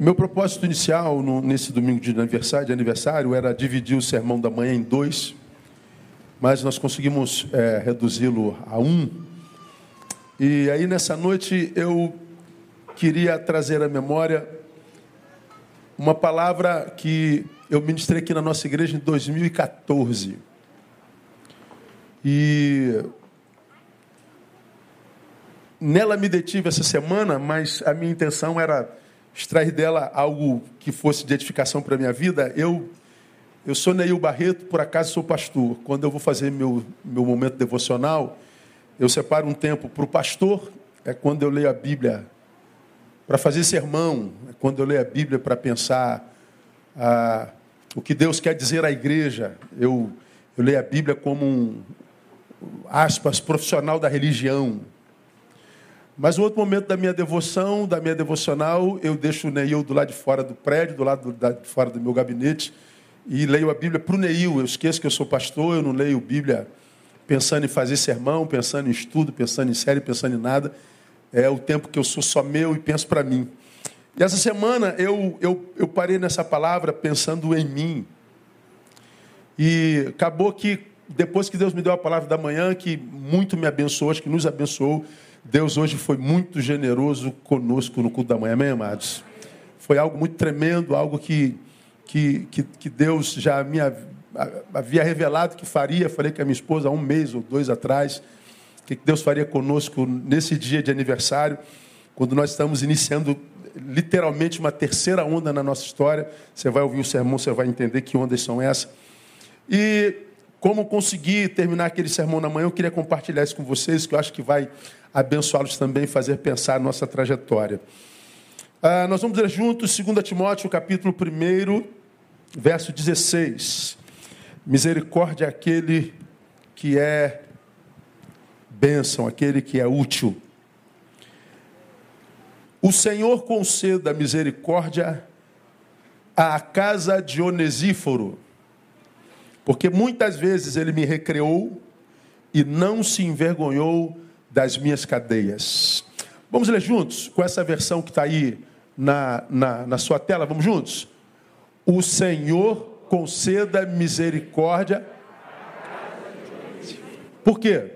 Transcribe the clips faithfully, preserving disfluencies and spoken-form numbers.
Meu propósito inicial no, nesse domingo de aniversário, de aniversário era dividir o sermão da manhã em dois, mas nós conseguimos é, reduzi-lo a um. E aí nessa noite eu queria trazer à memória uma palavra que eu ministrei aqui na nossa igreja em dois mil e quatorze. E nela me detive essa semana, mas a minha intenção era extrair dela algo que fosse de edificação para a minha vida. Eu, eu sou Neil Barreto, por acaso sou pastor. Quando eu vou fazer meu, meu momento devocional, eu separo um tempo para o pastor, é quando eu leio a Bíblia para fazer sermão, é quando eu leio a Bíblia para pensar ah, o que Deus quer dizer à igreja. Eu, eu leio a Bíblia como um, aspas, profissional da religião. Mas o outro momento da minha devoção, da minha devocional, eu deixo o Neil do lado de fora do prédio, do lado de fora do meu gabinete, e leio a Bíblia para o Neil. Eu esqueço que eu sou pastor, eu não leio Bíblia pensando em fazer sermão, pensando em estudo, pensando em série, pensando em nada. É o tempo que eu sou só meu e penso para mim. E essa semana eu, eu, eu parei nessa palavra pensando em mim. E acabou que, depois que Deus me deu a palavra da manhã, que muito me abençoou, acho que nos abençoou, Deus hoje foi muito generoso conosco no culto da manhã, amém, amados? Foi algo muito tremendo, algo que, que, que, que Deus já me havia revelado que faria. Falei com a minha esposa há um mês ou dois atrás, que Deus faria conosco nesse dia de aniversário, quando nós estamos iniciando literalmente uma terceira onda na nossa história. Você vai ouvir o sermão, você vai entender que ondas são essas. E como consegui terminar aquele sermão na manhã, eu queria compartilhar isso com vocês, que eu acho que vai abençoá-los também, fazer pensar a nossa trajetória. Ah, nós vamos ler juntos dois Timóteo, capítulo um, verso dezesseis. Misericórdia é aquele que é bênção, aquele que é útil. O Senhor conceda misericórdia à casa de Onesíforo, porque muitas vezes ele me recreou e não se envergonhou das minhas cadeias. Vamos ler juntos, com essa versão que está aí na, na, na sua tela, vamos juntos? O Senhor conceda misericórdia. Por quê?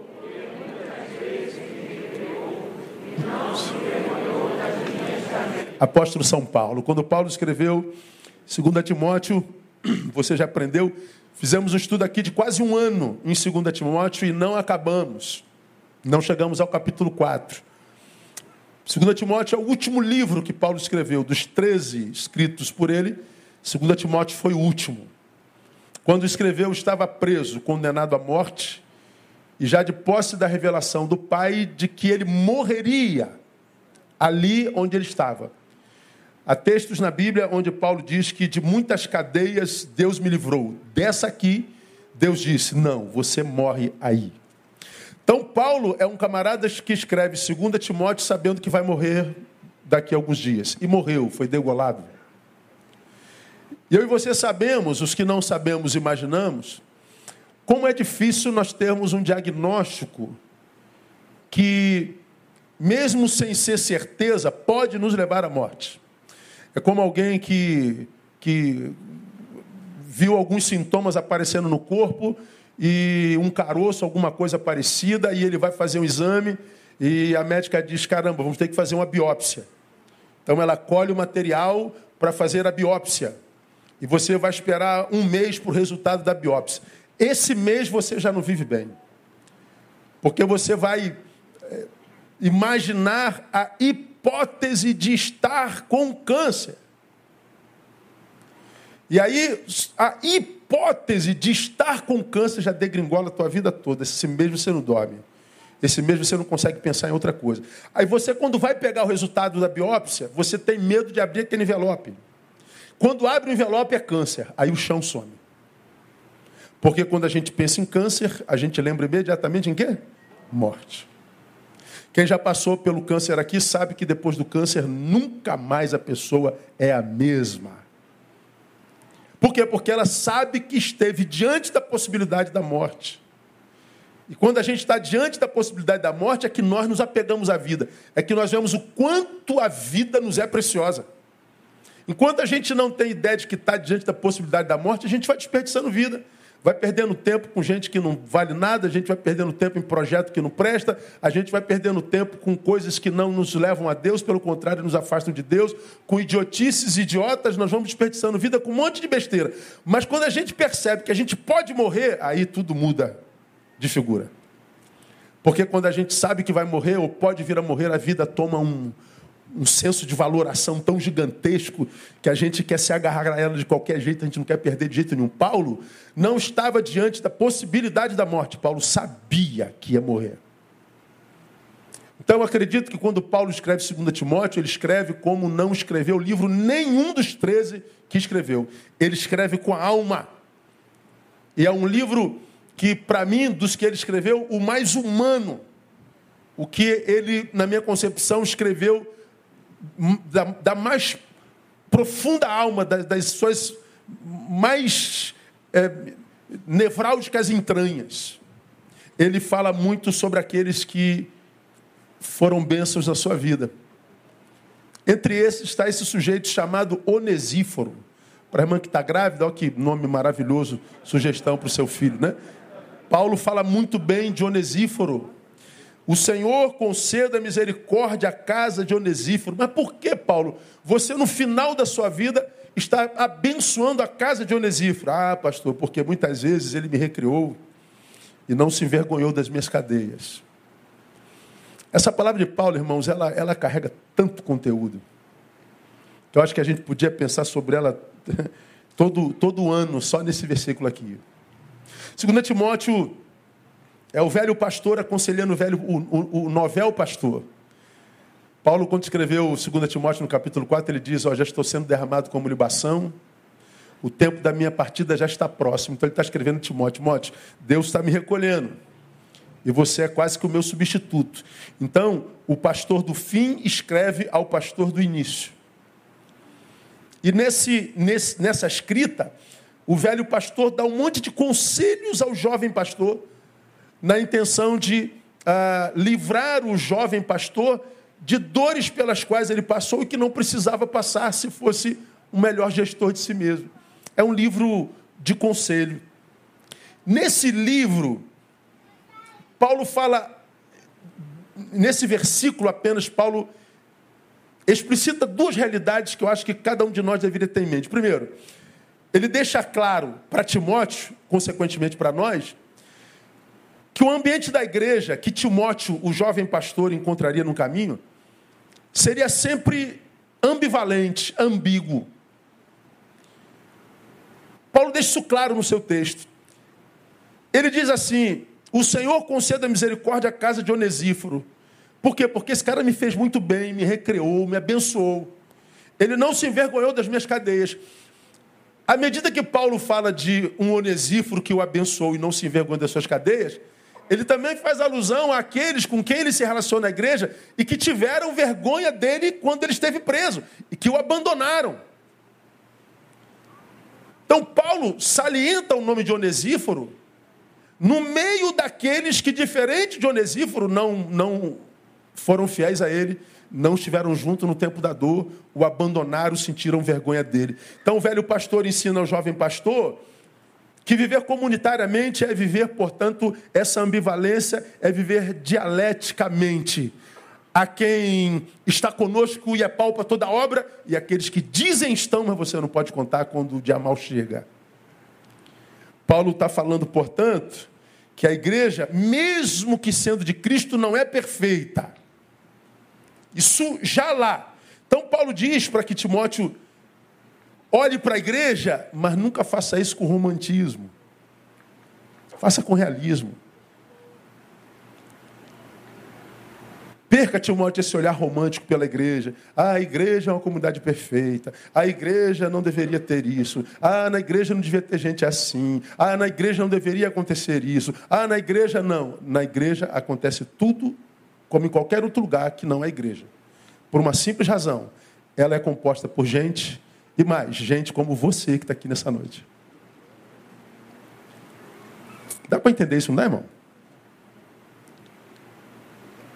Apóstolo São Paulo. Quando Paulo escreveu dois Timóteo, você já aprendeu, fizemos um estudo aqui de quase um ano em dois Timóteo e não acabamos. Não chegamos ao capítulo quatro. dois Timóteo é o último livro que Paulo escreveu. Dos treze escritos por ele, dois Timóteo foi o último. Quando escreveu, estava preso, condenado à morte, e já de posse da revelação do Pai de que ele morreria ali onde ele estava. Há textos na Bíblia onde Paulo diz que de muitas cadeias Deus me livrou. Dessa aqui, Deus disse, não, você morre aí. Então, Paulo é um camarada que escreve dois Timóteo sabendo que vai morrer daqui a alguns dias. E morreu, foi degolado. E eu e você sabemos, os que não sabemos, imaginamos, como é difícil nós termos um diagnóstico que, mesmo sem ser certeza, pode nos levar à morte. É como alguém que, que viu alguns sintomas aparecendo no corpo, e um caroço, alguma coisa parecida, e ele vai fazer um exame, e a médica diz, caramba, vamos ter que fazer uma biópsia. Então ela colhe o material para fazer a biópsia. E você vai esperar um mês para o resultado da biópsia. Esse mês você já não vive bem. Porque você vai é, imaginar a hipótese de estar com câncer. E aí, a hipótese de estar com câncer já degringola a tua vida toda. Esse mês você não dorme. Esse mês você não consegue pensar em outra coisa. Aí você, quando vai pegar o resultado da biópsia, você tem medo de abrir aquele envelope. Quando abre o envelope é câncer. Aí o chão some. Porque quando a gente pensa em câncer, a gente lembra imediatamente em quê? Morte. Quem já passou pelo câncer aqui sabe que depois do câncer nunca mais a pessoa é a mesma. Por quê? Porque ela sabe que esteve diante da possibilidade da morte. E quando a gente está diante da possibilidade da morte, é que nós nos apegamos à vida. É que nós vemos o quanto a vida nos é preciosa. Enquanto a gente não tem ideia de que está diante da possibilidade da morte, a gente vai desperdiçando vida. Vai perdendo tempo com gente que não vale nada, a gente vai perdendo tempo em projeto que não presta, a gente vai perdendo tempo com coisas que não nos levam a Deus, pelo contrário, nos afastam de Deus, com idiotices idiotas, nós vamos desperdiçando vida com um monte de besteira. Mas quando a gente percebe que a gente pode morrer, aí tudo muda de figura. Porque quando a gente sabe que vai morrer ou pode vir a morrer, a vida toma um... um senso de valoração tão gigantesco que a gente quer se agarrar a ela de qualquer jeito, a gente não quer perder de jeito nenhum. Paulo não estava diante da possibilidade da morte. Paulo sabia que ia morrer. Então eu acredito que quando Paulo escreve dois Timóteo, ele escreve como não escreveu livro nenhum dos treze que escreveu. Ele escreve com a alma. E é um livro que, para mim, dos que ele escreveu, o mais humano. O que ele, na minha concepção, escreveu Da, da mais profunda alma, das, das suas mais é, nevrálgicas entranhas. Ele fala muito sobre aqueles que foram bênçãos na sua vida. Entre esses está esse sujeito chamado Onesíforo. Para a irmã que está grávida, olha que nome maravilhoso, sugestão para o seu filho, né? Paulo fala muito bem de Onesíforo. O Senhor conceda misericórdia à casa de Onesíforo. Mas por que, Paulo? Você, no final da sua vida, está abençoando a casa de Onesíforo. Ah, pastor, porque muitas vezes ele me recriou e não se envergonhou das minhas cadeias. Essa palavra de Paulo, irmãos, ela, ela carrega tanto conteúdo, que eu acho que a gente podia pensar sobre ela todo, todo ano, só nesse versículo aqui. Segundo Timóteo... é o velho pastor aconselhando o, velho, o, o, o novel pastor. Paulo, quando escreveu dois Timóteo no capítulo quatro, ele diz, ó, já estou sendo derramado como libação, o tempo da minha partida já está próximo. Então ele está escrevendo a Timóteo, Timóteo, Deus está me recolhendo, e você é quase que o meu substituto. Então, o pastor do fim escreve ao pastor do início. E nesse, nesse, nessa escrita, o velho pastor dá um monte de conselhos ao jovem pastor, na intenção de uh, livrar o jovem pastor de dores pelas quais ele passou e que não precisava passar se fosse um melhor gestor de si mesmo. É um livro de conselho. Nesse livro, Paulo fala, nesse versículo apenas, Paulo explicita duas realidades que eu acho que cada um de nós deveria ter em mente. Primeiro, ele deixa claro para Timóteo, consequentemente para nós, que o ambiente da igreja que Timóteo, o jovem pastor, encontraria no caminho, seria sempre ambivalente, ambíguo. Paulo deixa isso claro no seu texto. Ele diz assim, o Senhor conceda misericórdia à casa de Onesíforo. Por quê? Porque esse cara me fez muito bem, me recreou, me abençoou. Ele não se envergonhou das minhas cadeias. À medida que Paulo fala de um Onesíforo que o abençoou e não se envergonhou das suas cadeias, ele também faz alusão àqueles com quem ele se relaciona na igreja e que tiveram vergonha dele quando ele esteve preso e que o abandonaram. Então, Paulo salienta o nome de Onesíforo no meio daqueles que, diferente de Onesíforo, não, não foram fiéis a ele, não estiveram junto no tempo da dor, o abandonaram, sentiram vergonha dele. Então, o velho pastor ensina ao jovem pastor que viver comunitariamente é viver, portanto, essa ambivalência, é viver dialeticamente. Há quem está conosco e apalpa toda a obra, e aqueles que dizem estão, mas você não pode contar quando o dia mal chega. Paulo está falando, portanto, que a igreja, mesmo que sendo de Cristo, não é perfeita. Isso já lá. Então Paulo diz para que Timóteo olhe para a igreja, mas nunca faça isso com romantismo. Faça com realismo. Perca, Timóteo, esse olhar romântico pela igreja. Ah, a igreja é uma comunidade perfeita. A igreja não deveria ter isso. Ah, na igreja não devia ter gente assim. Ah, na igreja não deveria acontecer isso. Ah, na igreja não. Na igreja acontece tudo como em qualquer outro lugar que não é igreja. Por uma simples razão. Ela é composta por gente e mais, gente como você que está aqui nessa noite. Dá para entender isso, não dá, irmão?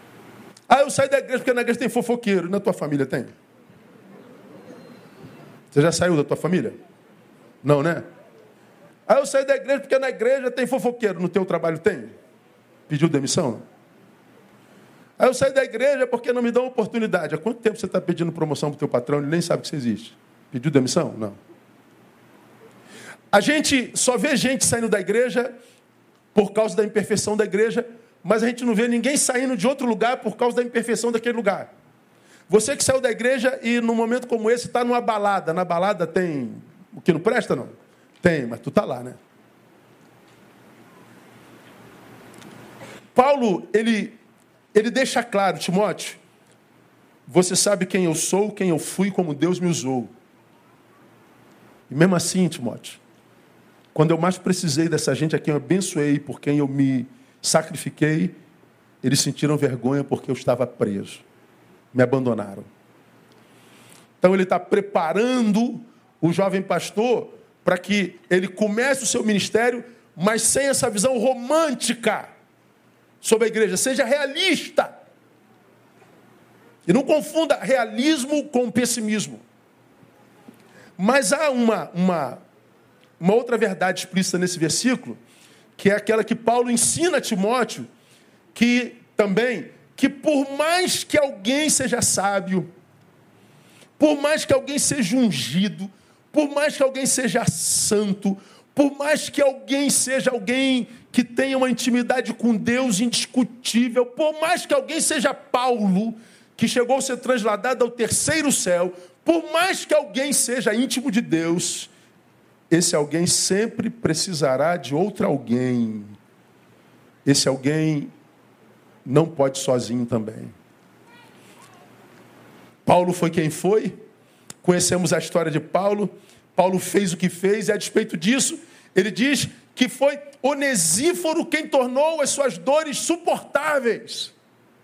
Ah, eu saí da igreja porque na igreja tem fofoqueiro. E na tua família tem? Você já saiu da tua família? Não, né? Ah, eu saí da igreja porque na igreja tem fofoqueiro. No teu trabalho tem? Pediu demissão? Ah, eu saí da igreja porque não me dão oportunidade. Há quanto tempo você está pedindo promoção para o teu patrão? Ele nem sabe que você existe. Pediu demissão? Não. A gente só vê gente saindo da igreja por causa da imperfeição da igreja, mas a gente não vê ninguém saindo de outro lugar por causa da imperfeição daquele lugar. Você que saiu da igreja e num momento como esse está numa balada. Na balada tem o que não presta, não? Tem, mas tu está lá, né? Paulo, ele, ele deixa claro, Timóteo, você sabe quem eu sou, quem eu fui, como Deus me usou. E mesmo assim, Timóteo, quando eu mais precisei dessa gente a quem eu abençoei, por quem eu me sacrifiquei, eles sentiram vergonha porque eu estava preso. Me abandonaram. Então ele está preparando o jovem pastor para que ele comece o seu ministério, mas sem essa visão romântica sobre a igreja. Seja realista. E não confunda realismo com pessimismo. Mas há uma, uma, uma outra verdade explícita nesse versículo, que é aquela que Paulo ensina a Timóteo, que também, que por mais que alguém seja sábio, por mais que alguém seja ungido, por mais que alguém seja santo, por mais que alguém seja alguém que tenha uma intimidade com Deus indiscutível, por mais que alguém seja Paulo, que chegou a ser transladado ao terceiro céu, por mais que alguém seja íntimo de Deus, esse alguém sempre precisará de outro alguém. Esse alguém não pode sozinho também. Paulo foi quem foi. Conhecemos a história de Paulo. Paulo fez o que fez e a despeito disso, ele diz que foi Onesíforo quem tornou as suas dores suportáveis.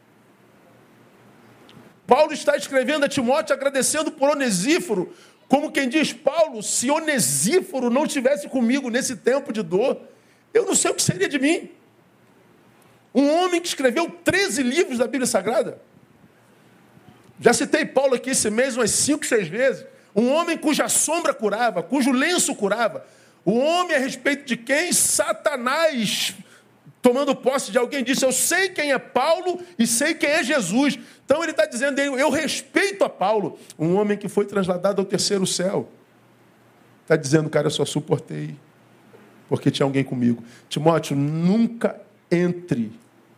Paulo está escrevendo a Timóteo agradecendo por Onesíforo, como quem diz, Paulo, se Onesíforo não estivesse comigo nesse tempo de dor, eu não sei o que seria de mim. Um homem que escreveu treze livros da Bíblia Sagrada. Já citei Paulo aqui esse mês umas cinco, seis vezes. Um homem cuja sombra curava, cujo lenço curava. Um homem a respeito de quem Satanás, tomando posse de alguém, disse, eu sei quem é Paulo e sei quem é Jesus. Então ele está dizendo, eu respeito a Paulo. Um homem que foi transladado ao terceiro céu. Está dizendo, cara, eu só suportei porque tinha alguém comigo. Timóteo, nunca entre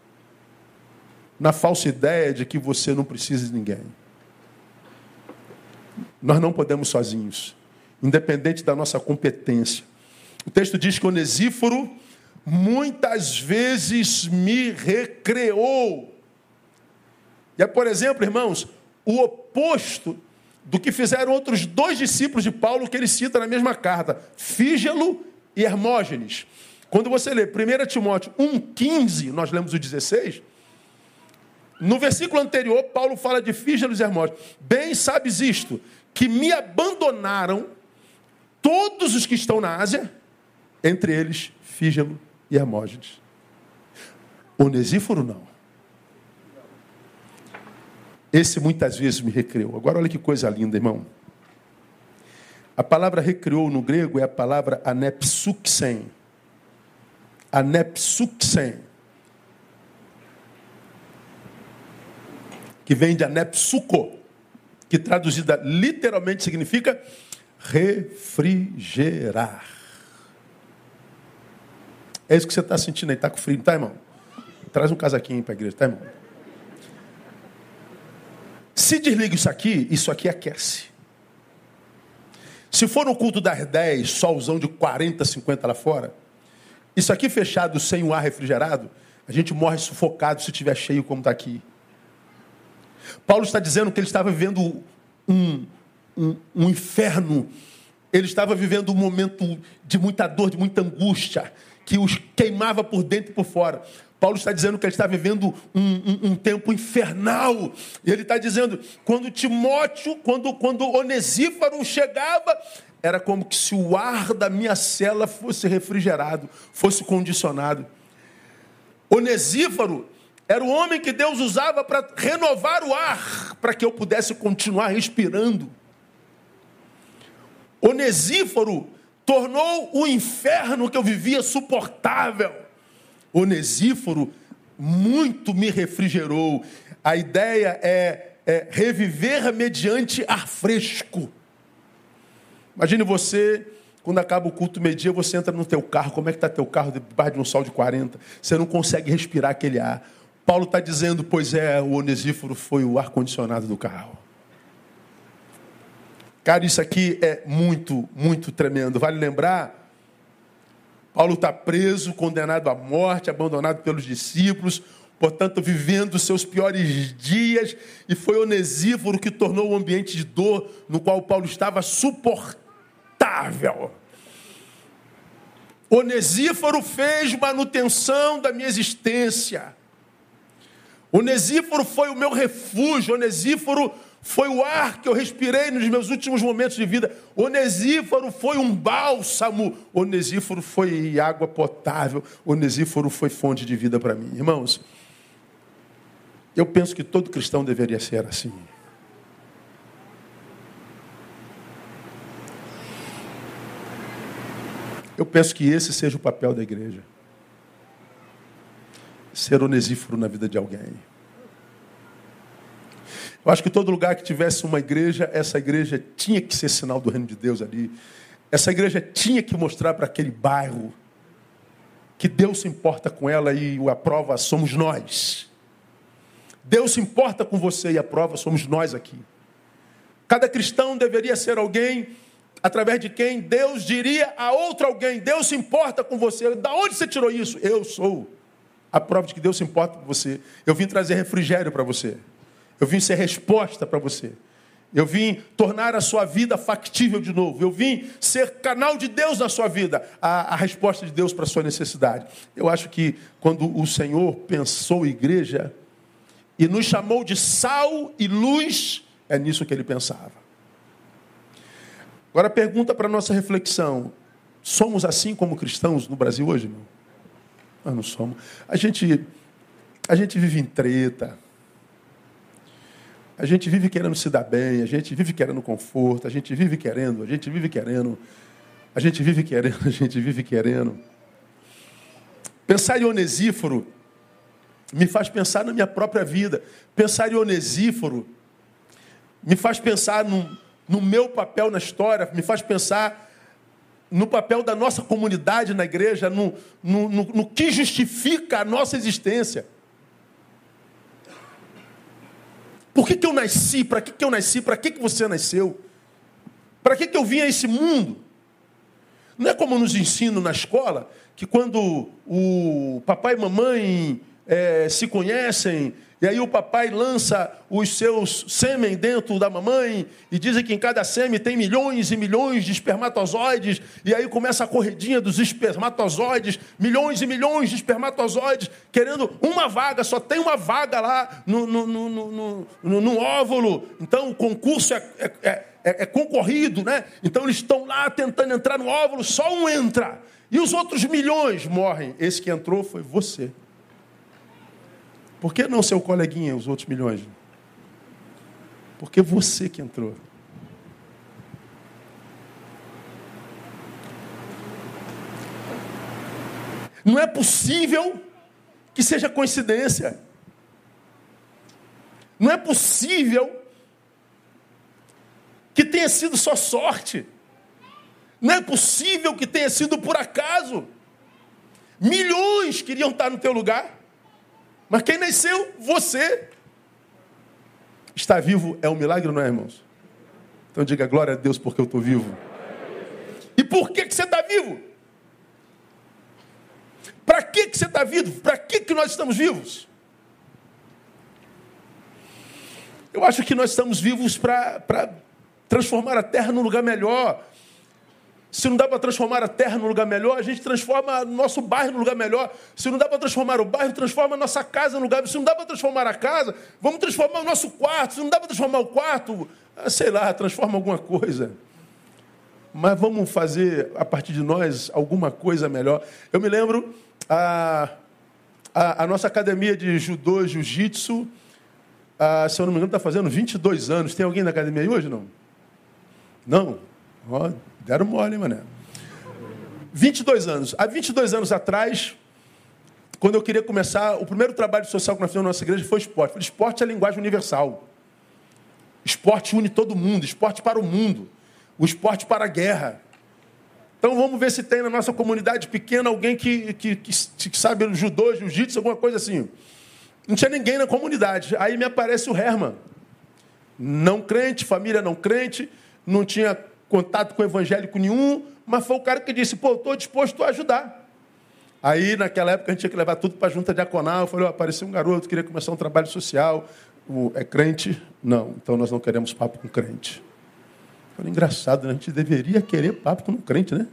na falsa ideia de que você não precisa de ninguém. Nós não podemos sozinhos, independente da nossa competência. O texto diz que Onesíforo muitas vezes me recreou. E é, por exemplo, irmãos, o oposto do que fizeram outros dois discípulos de Paulo que ele cita na mesma carta, Fígelo e Hermógenes. Quando você lê primeiro Timóteo um, quinze, nós lemos o dezesseis, no versículo anterior, Paulo fala de Fígelo e Hermógenes. Bem sabes isto, que me abandonaram todos os que estão na Ásia, entre eles Fígelo e Hermógenes. Onesíforo não. Esse muitas vezes me recreou. Agora olha que coisa linda, irmão. A palavra recreou no grego é a palavra anepsuxen. Anepsuxen. Que vem de anepsuco, que traduzida literalmente significa refrigerar. É isso que você está sentindo aí, está com frio, tá, irmão? Traz um casaquinho para a igreja, tá, irmão? Se desliga isso aqui, isso aqui aquece. Se for no culto das dez, solzão de quarenta, cinquenta lá fora, isso aqui fechado sem o ar refrigerado, a gente morre sufocado se estiver cheio como está aqui. Paulo está dizendo que ele estava vivendo um, um, um inferno. Ele estava vivendo um momento de muita dor, de muita angústia, que os queimava por dentro e por fora. Paulo está dizendo que ele está vivendo um, um, um tempo infernal. E ele está dizendo, quando Timóteo, quando, quando Onesíforo chegava, era como que se o ar da minha cela fosse refrigerado, fosse condicionado. Onesíforo era o homem que Deus usava para renovar o ar, para que eu pudesse continuar respirando. Onesíforo tornou o inferno que eu vivia suportável. Onesíforo muito me refrigerou. A ideia é, é reviver mediante ar fresco. Imagine você, quando acaba o culto meio-dia, você entra no teu carro. Como é que está teu carro debaixo de um sol de quarenta? Você não consegue respirar aquele ar. Paulo está dizendo, pois é, o Onesíforo foi o ar-condicionado do carro. Cara, isso aqui é muito, muito tremendo. Vale lembrar, Paulo está preso, condenado à morte, abandonado pelos discípulos, portanto, vivendo os seus piores dias, e foi Onesíforo que tornou o ambiente de dor no qual Paulo estava suportável. Onesíforo fez manutenção da minha existência. Onesíforo foi o meu refúgio. Onesíforo foi o ar que eu respirei nos meus últimos momentos de vida. Onesíforo foi um bálsamo. Onesíforo foi água potável. Onesíforo foi fonte de vida para mim. Irmãos, eu penso que todo cristão deveria ser assim. Eu penso que esse seja o papel da igreja. Ser onesíforo na vida de alguém. Eu acho que todo lugar que tivesse uma igreja, essa igreja tinha que ser sinal do reino de Deus ali. Essa igreja tinha que mostrar para aquele bairro que Deus se importa com ela e a prova somos nós. Deus se importa com você e a prova somos nós aqui. Cada cristão deveria ser alguém através de quem Deus diria a outro alguém, Deus se importa com você. Da onde você tirou isso? Eu sou a prova de que Deus se importa com você. Eu vim trazer refrigério para você. Eu vim ser resposta para você. Eu vim tornar a sua vida factível de novo. Eu vim ser canal de Deus na sua vida. A, a resposta de Deus para a sua necessidade. Eu acho que quando o Senhor pensou igreja e nos chamou de sal e luz, é nisso que ele pensava. Agora pergunta para a nossa reflexão. Somos assim como cristãos no Brasil hoje, não? Nós não somos. A gente, a gente vive em treta. A gente vive querendo se dar bem, a gente vive querendo conforto, a gente vive querendo, a gente vive querendo, a gente vive querendo, a gente vive querendo. Pensar em Onesíforo me faz pensar na minha própria vida. Pensar em Onesíforo me faz pensar no, no meu papel na história, me faz pensar no papel da nossa comunidade na igreja, no, no, no, no que justifica a nossa existência. Por que que eu nasci? Para que que eu nasci? Para que que você nasceu? Para que que eu vim a esse mundo? Não é como nos ensinam na escola, que quando o papai e mamãe é, se conhecem, e aí o papai lança os seus sêmen dentro da mamãe, e dizem que em cada sêmen tem milhões e milhões de espermatozoides, e aí começa a corridinha dos espermatozoides, milhões e milhões de espermatozoides, querendo uma vaga, só tem uma vaga lá no, no, no, no, no, no óvulo. Então o concurso é, é, é, é concorrido, né? Então eles estão lá tentando entrar no óvulo, só um entra, e os outros milhões morrem. Esse que entrou foi você. Por que não seu coleguinha, os outros milhões? Porque você que entrou. Não é possível que seja coincidência. Não é possível que tenha sido só sorte. Não é possível que tenha sido por acaso. Milhões queriam estar no teu lugar. Mas quem nasceu? Você. Estar vivo é um milagre, não é, irmãos? Então diga glória a Deus porque eu estou vivo. E por que que você está vivo? Para que que você está vivo? Para que que nós estamos vivos? Eu acho que nós estamos vivos para para transformar a terra num lugar melhor. Se não dá para transformar a terra num lugar melhor, a gente transforma nosso bairro num lugar melhor. Se não dá para transformar o bairro, transforma a nossa casa num lugar. Se não dá para transformar a casa, vamos transformar o nosso quarto. Se não dá para transformar o quarto, sei lá, transforma alguma coisa. Mas vamos fazer, a partir de nós, alguma coisa melhor. Eu me lembro, a, a, a nossa academia de judô e jiu-jitsu, a, se eu não me engano, está fazendo vinte e dois anos. Tem alguém na academia aí hoje, não? Não? Ó, deram mole, mané. vinte e dois anos. Há vinte e dois anos atrás, quando eu queria começar, o primeiro trabalho social que nós fizemos na nossa igreja foi esporte. Falei, esporte é a linguagem universal. Esporte une todo mundo, esporte para o mundo. O esporte para a guerra. Então vamos ver se tem na nossa comunidade pequena alguém que, que, que, que sabe judô, jiu-jitsu, alguma coisa assim. Não tinha ninguém na comunidade. Aí me aparece o Herman. Não crente, família não crente, não tinha contato com evangélico nenhum, mas foi o cara que disse, pô, estou disposto a ajudar. Aí, naquela época, a gente tinha que levar tudo para a junta diaconal. Eu falei, oh, apareceu um garoto, queria começar um trabalho social. O, é crente? Não, então nós não queremos papo com crente. Eu falei, engraçado, né? A gente deveria querer papo com um crente, né?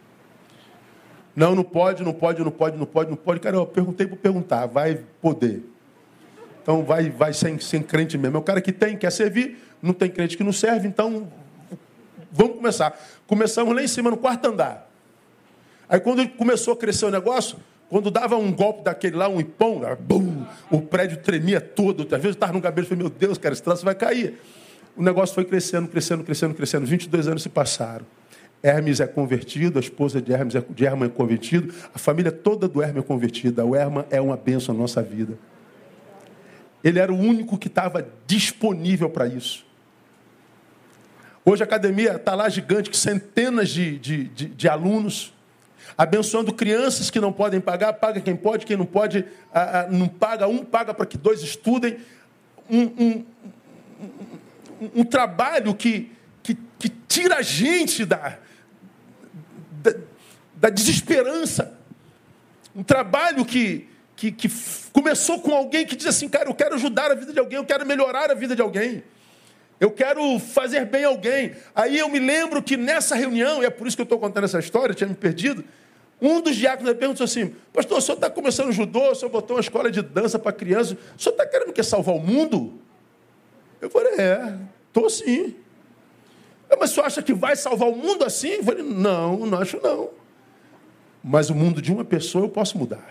Não, não pode, não pode, não pode, não pode, não pode. Cara, eu perguntei para perguntar, vai poder. Então vai, vai sem, sem crente mesmo. É o cara que tem, quer servir, não tem crente que não serve, então vamos começar. Começamos lá em cima, no quarto andar. Aí quando começou a crescer o negócio, quando dava um golpe daquele lá, um ipom, bum, o prédio tremia todo. Às vezes eu estava no cabelo e falei, meu Deus, cara, esse troço vai cair. O negócio foi crescendo, crescendo, crescendo, crescendo. vinte e dois anos se passaram. Hermes é convertido, a esposa de Hermes é, de Herman é convertido, a família toda do Herman é convertida. O Herman é uma bênção na nossa vida. Ele era o único que estava disponível para isso. Hoje a academia está lá gigante, com centenas de, de, de, de alunos, abençoando crianças que não podem pagar, paga quem pode, quem não pode, ah, ah, não paga um, paga para que dois estudem. Um, um, um, um trabalho que, que, que tira a gente da, da, da desesperança. Um trabalho que, que, que começou com alguém que diz assim, cara, eu quero ajudar a vida de alguém, eu quero melhorar a vida de alguém. Eu quero fazer bem a alguém. Aí eu me lembro que nessa reunião, e é por isso que eu estou contando essa história, eu tinha me perdido, um dos diáconos me perguntou assim, pastor, o senhor está começando judô, o senhor botou uma escola de dança para crianças, o senhor está querendo que salvar o mundo? Eu falei, é, estou sim. Mas o senhor acha que vai salvar o mundo assim? Eu falei, não, não acho não. Mas o mundo de uma pessoa eu posso mudar.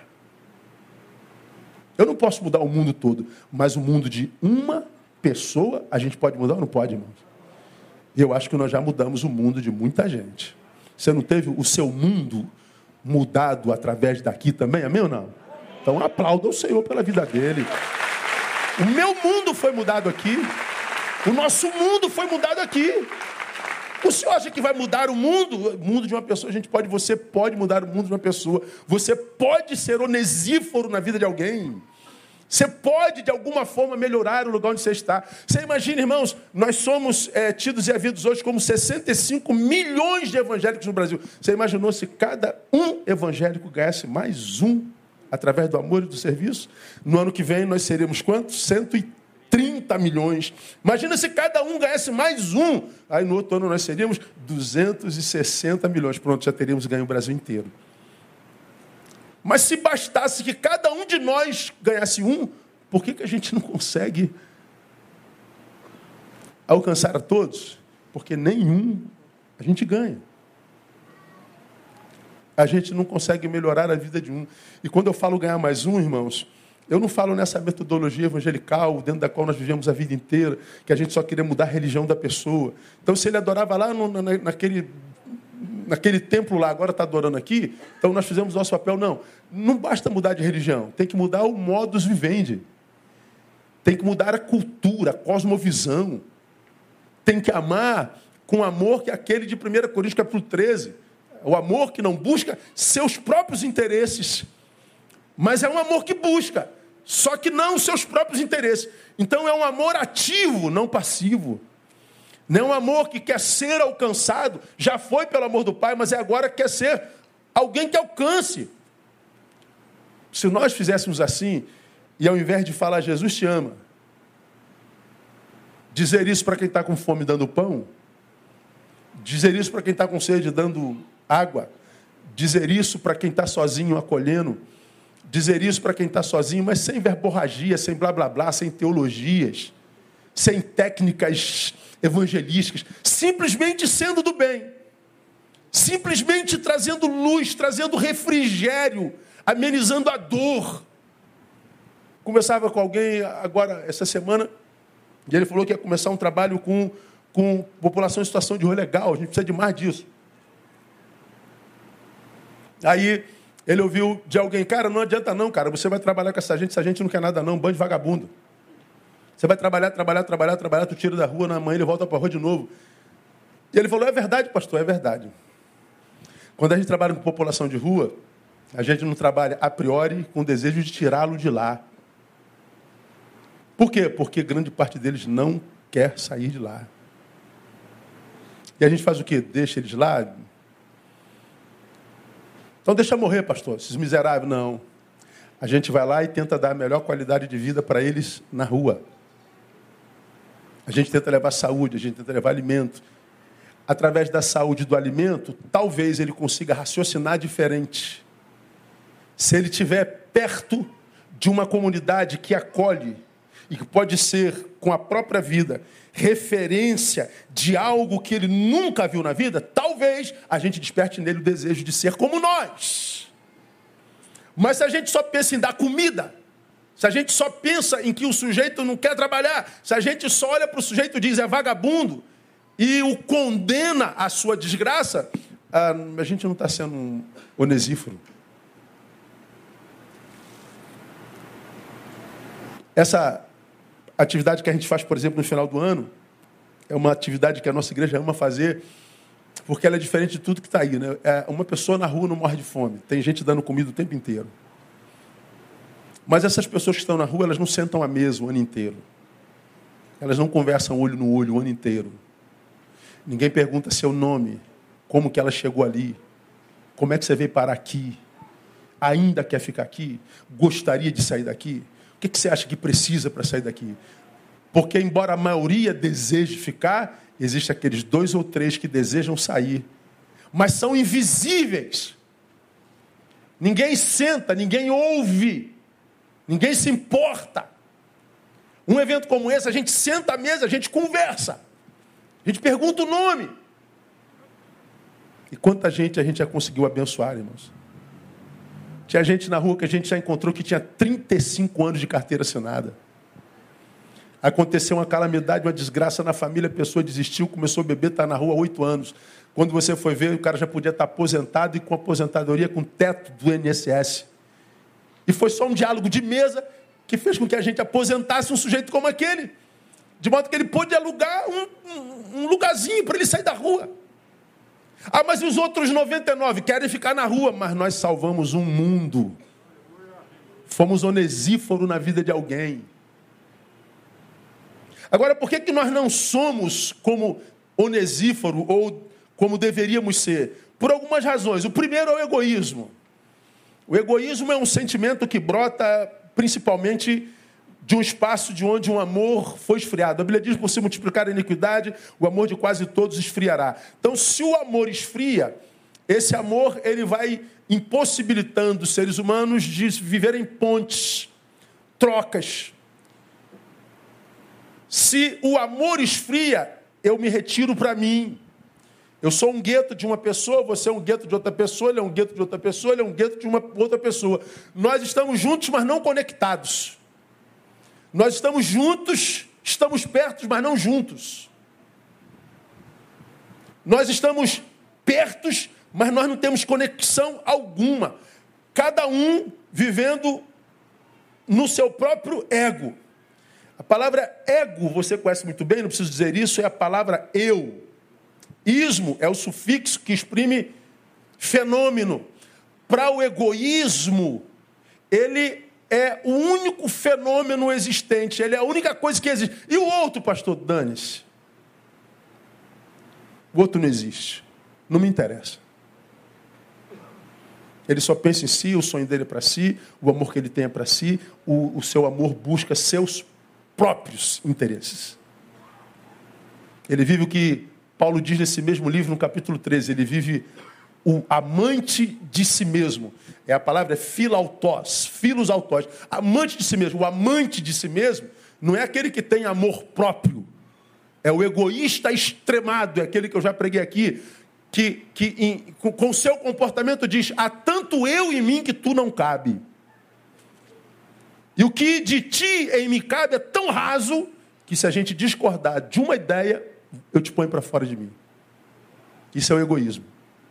Eu não posso mudar o mundo todo, mas o mundo de uma pessoa, a gente pode mudar ou não pode, irmãos? Eu acho que nós já mudamos o mundo de muita gente. Você não teve o seu mundo mudado através daqui também? Amém ou não? Então aplauda o Senhor pela vida dele. O meu mundo foi mudado aqui. O nosso mundo foi mudado aqui. O senhor acha que vai mudar o mundo? O mundo de uma pessoa, a gente pode, você pode mudar o mundo de uma pessoa. Você pode ser onesíforo na vida de alguém. Você pode, de alguma forma, melhorar o lugar onde você está. Você imagina, irmãos, nós somos é, tidos e havidos hoje como sessenta e cinco milhões de evangélicos no Brasil. Você imaginou se cada um evangélico ganhasse mais um através do amor e do serviço? No ano que vem nós seríamos quantos? cento e trinta milhões. Imagina se cada um ganhasse mais um. Aí no outro ano nós seríamos duzentos e sessenta milhões. Pronto, já teríamos ganho o Brasil inteiro. Mas se bastasse que cada um de nós ganhasse um, por que, que a gente não consegue alcançar a todos? Porque nenhum a gente ganha. A gente não consegue melhorar a vida de um. E quando eu falo ganhar mais um, irmãos, eu não falo nessa metodologia evangelical, dentro da qual nós vivemos a vida inteira, que a gente só queria mudar a religião da pessoa. Então, se ele adorava lá no, na, naquele... naquele templo lá, agora está adorando aqui, então nós fizemos nosso papel. Não, não basta mudar de religião, tem que mudar o modus vivendi. Tem que mudar a cultura, a cosmovisão. Tem que amar com amor que é aquele de primeira Coríntios, capítulo treze. O amor que não busca seus próprios interesses, mas é um amor que busca, só que não os seus próprios interesses. Então é um amor ativo, não passivo. Não é um amor que quer ser alcançado, já foi pelo amor do Pai, mas é agora que quer ser alguém que alcance. Se nós fizéssemos assim, e ao invés de falar Jesus te ama, dizer isso para quem está com fome dando pão, dizer isso para quem está com sede dando água, dizer isso para quem está sozinho acolhendo, dizer isso para quem está sozinho, mas sem verborragia, sem blá blá blá, sem teologias, sem técnicas evangelísticas, simplesmente sendo do bem, simplesmente trazendo luz, trazendo refrigério, amenizando a dor. Conversava com alguém agora, essa semana, e ele falou que ia começar um trabalho com com população em situação de rua legal, a gente precisa de mais disso. Aí ele ouviu de alguém, cara, não adianta não, cara, você vai trabalhar com essa gente, essa gente não quer nada não, bando de vagabundo. Você vai trabalhar, trabalhar, trabalhar, trabalhar, tu tira da rua, na manhã ele volta para a rua de novo. E ele falou, é verdade, pastor, é verdade. Quando a gente trabalha com população de rua, a gente não trabalha a priori com o desejo de tirá-lo de lá. Por quê? Porque grande parte deles não quer sair de lá. E a gente faz o quê? Deixa eles lá? Então deixa morrer, pastor, esses miseráveis. Não. A gente vai lá e tenta dar a melhor qualidade de vida para eles na rua. A gente tenta levar saúde, a gente tenta levar alimento. Através da saúde e do alimento, talvez ele consiga raciocinar diferente. Se ele estiver perto de uma comunidade que acolhe e que pode ser, com a própria vida, referência de algo que ele nunca viu na vida, talvez a gente desperte nele o desejo de ser como nós. Mas se a gente só pensa em dar comida, se a gente só pensa em que o sujeito não quer trabalhar, se a gente só olha para o sujeito e diz é vagabundo e o condena à sua desgraça, a gente não está sendo um Onesíforo. Essa atividade que a gente faz, por exemplo, no final do ano, é uma atividade que a nossa igreja ama fazer, porque ela é diferente de tudo que está aí, né? É, uma pessoa na rua não morre de fome. Tem gente dando comida o tempo inteiro. Mas essas pessoas que estão na rua, elas não sentam à mesa o ano inteiro. Elas não conversam olho no olho o ano inteiro. Ninguém pergunta seu nome, como que ela chegou ali, como é que você veio parar aqui, ainda quer ficar aqui, gostaria de sair daqui. O que você acha que precisa para sair daqui? Porque, embora a maioria deseje ficar, existem aqueles dois ou três que desejam sair. Mas são invisíveis. Ninguém senta, ninguém ouve. Ninguém se importa. Um evento como esse, a gente senta à mesa, a gente conversa. A gente pergunta o nome. E quanta gente a gente já conseguiu abençoar, irmãos? Tinha gente na rua que a gente já encontrou que tinha trinta e cinco anos de carteira assinada. Aconteceu uma calamidade, uma desgraça na família, a pessoa desistiu, começou a beber, está na rua há oito anos. Quando você foi ver, o cara já podia estar aposentado e com aposentadoria, com teto do I N S S. E foi só um diálogo de mesa que fez com que a gente aposentasse um sujeito como aquele. De modo que ele pôde alugar um, um, um lugarzinho para ele sair da rua. Ah, mas os outros noventa e nove querem ficar na rua, mas nós salvamos um mundo. Fomos Onesíforo na vida de alguém. Agora, por que que nós não somos como Onesíforo ou como deveríamos ser? Por algumas razões. O primeiro é o egoísmo. O egoísmo é um sentimento que brota principalmente de um espaço de onde um amor foi esfriado. A Bíblia diz, por se multiplicar a iniquidade, o amor de quase todos esfriará. Então, se o amor esfria, esse amor ele vai impossibilitando os seres humanos de viverem pontes, trocas. Se o amor esfria, eu me retiro para mim. Eu sou um gueto de uma pessoa, você é um gueto de outra pessoa, ele é um gueto de outra pessoa, ele é um gueto de uma outra pessoa. Nós estamos juntos, mas não conectados. Nós estamos juntos, estamos perto, mas não juntos. Nós estamos perto, mas nós não temos conexão alguma. Cada um vivendo no seu próprio ego. A palavra ego, você conhece muito bem, não preciso dizer isso, é a palavra eu. Ismo é o sufixo que exprime fenômeno. Para o egoísmo, ele é o único fenômeno existente. Ele é a única coisa que existe. E o outro, pastor, dane-se. O outro não existe. Não me interessa. Ele só pensa em si, o sonho dele é para si, o amor que ele tem é para si, o, o seu amor busca seus próprios interesses. Ele vive o que Paulo diz nesse mesmo livro, no capítulo treze. Ele vive o amante de si mesmo. É a palavra é filautós, filos autós. Amante de si mesmo. O amante de si mesmo não é aquele que tem amor próprio. É o egoísta extremado, é aquele que eu já preguei aqui, que, que em, com, com seu comportamento diz, há tanto eu em mim que tu não cabe. E o que de ti em mim cabe é tão raso que se a gente discordar de uma ideia, eu te ponho para fora de mim. Isso é o egoísmo.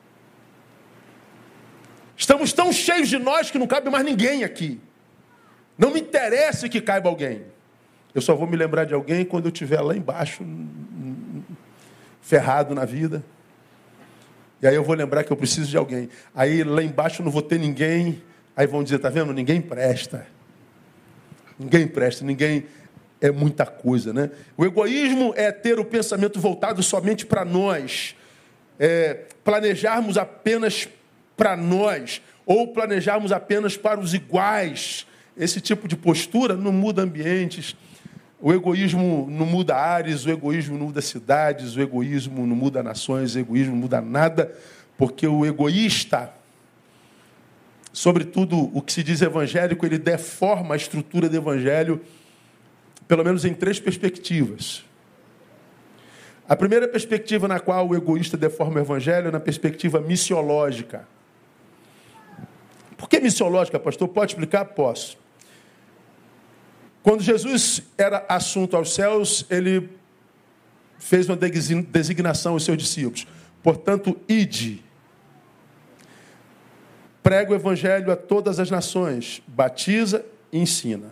Estamos tão cheios de nós que não cabe mais ninguém aqui. Não me interessa que caiba alguém. Eu só vou me lembrar de alguém quando eu estiver lá embaixo, ferrado na vida. E aí eu vou lembrar que eu preciso de alguém. Aí lá embaixo eu não vou ter ninguém. Aí vão dizer, tá vendo? Ninguém presta. Ninguém presta, ninguém é muita coisa, né? O egoísmo é ter o pensamento voltado somente para nós. É planejarmos apenas para nós. Ou planejarmos apenas para os iguais. Esse tipo de postura não muda ambientes. O egoísmo não muda ares, o egoísmo não muda cidades, o egoísmo não muda nações, o egoísmo não muda nada, porque o egoísta, sobretudo o que se diz evangélico, ele deforma a estrutura do evangelho, pelo menos em três perspectivas. A primeira perspectiva na qual o egoísta deforma o evangelho é na perspectiva missiológica. Por que missiológica, pastor? Pode explicar? Posso. Quando Jesus era assunto aos céus, ele fez uma designação aos seus discípulos. Portanto, ide. Prega o evangelho a todas as nações. Batiza e ensina.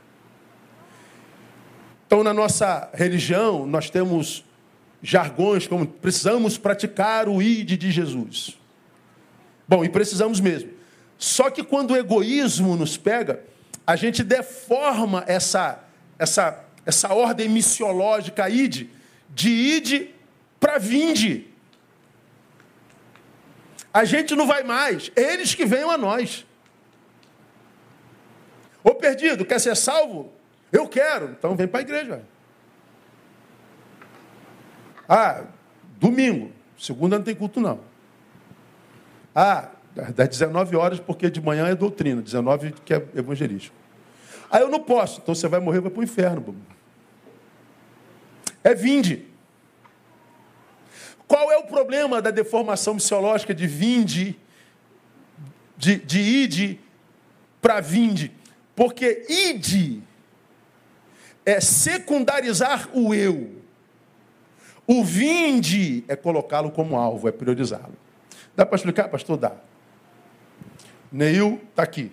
Então, na nossa religião, nós temos jargões como precisamos praticar o ide de Jesus. Bom, e precisamos mesmo. Só que quando o egoísmo nos pega, a gente deforma essa, essa, essa ordem missiológica ide, de ide para vinde. A gente não vai mais, eles que venham a nós. Ô perdido, quer ser salvo? Eu quero, então vem para a igreja. Ah, domingo, segunda não tem culto não. Ah, das dezenove horas, porque de manhã é doutrina, dezenove que é evangelístico. Ah, eu não posso. Então você vai morrer, vai para o inferno. É vinde. Qual é o problema da deformação missiológica de vinde, de, de ide para vinde? Porque ide é secundarizar o eu. O vinde é colocá-lo como alvo, é priorizá-lo. Dá para explicar, pastor? Dá. Neil está aqui.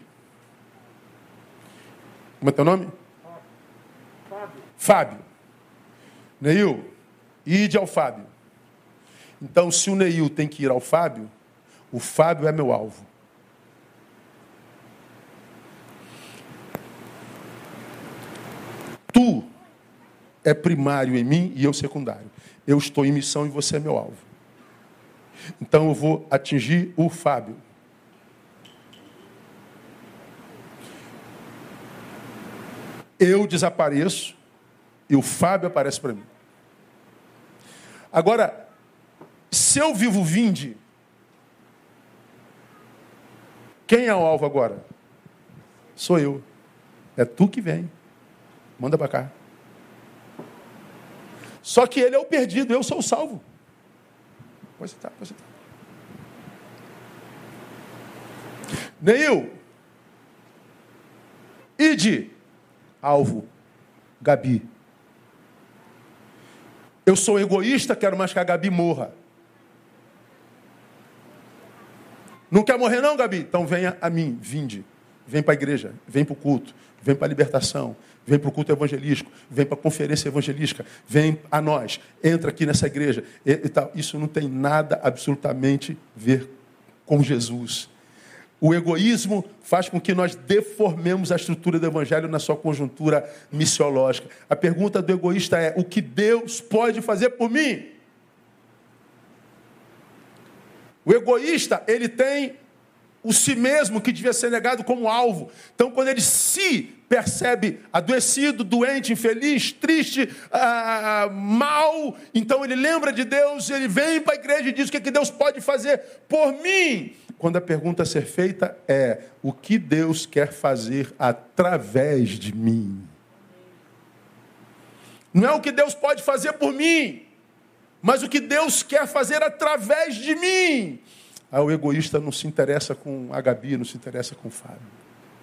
Como é teu nome? Fábio. Fábio. Neil, ide ao Fábio. Então, se o Neil tem que ir ao Fábio, o Fábio é meu alvo. Tu é primário em mim e eu secundário. Eu estou em missão e você é meu alvo. Então, eu vou atingir o Fábio. Eu desapareço e o Fábio aparece para mim. Agora, se eu vivo vinde, quem é o alvo agora? Sou eu. É tu que vem. Manda para cá. Só que ele é o perdido, eu sou o salvo. Pode sentar, pode sentar. Neil, ide. Alvo, Gabi. Eu sou egoísta, quero mais que a Gabi morra. Não quer morrer não, Gabi? Então venha a mim, vinde. Vem para a igreja, vem para o culto, vem para a libertação, vem para o culto evangelístico, vem para a conferência evangelística, vem a nós, entra aqui nessa igreja. E, e tal. Isso não tem nada absolutamente a ver com Jesus. O egoísmo faz com que nós deformemos a estrutura do evangelho na sua conjuntura missiológica. A pergunta do egoísta é: o que Deus pode fazer por mim? O egoísta, ele tem o si mesmo que devia ser negado como alvo. Então, quando ele se percebe adoecido, doente, infeliz, triste, ah, mal, então ele lembra de Deus, ele vem para a igreja e diz: o que, é que Deus pode fazer por mim? Quando a pergunta a ser feita é: o que Deus quer fazer através de mim? Não é o que Deus pode fazer por mim, mas o que Deus quer fazer através de mim. Aí o egoísta não se interessa com a Gabi, não se interessa com o Fábio.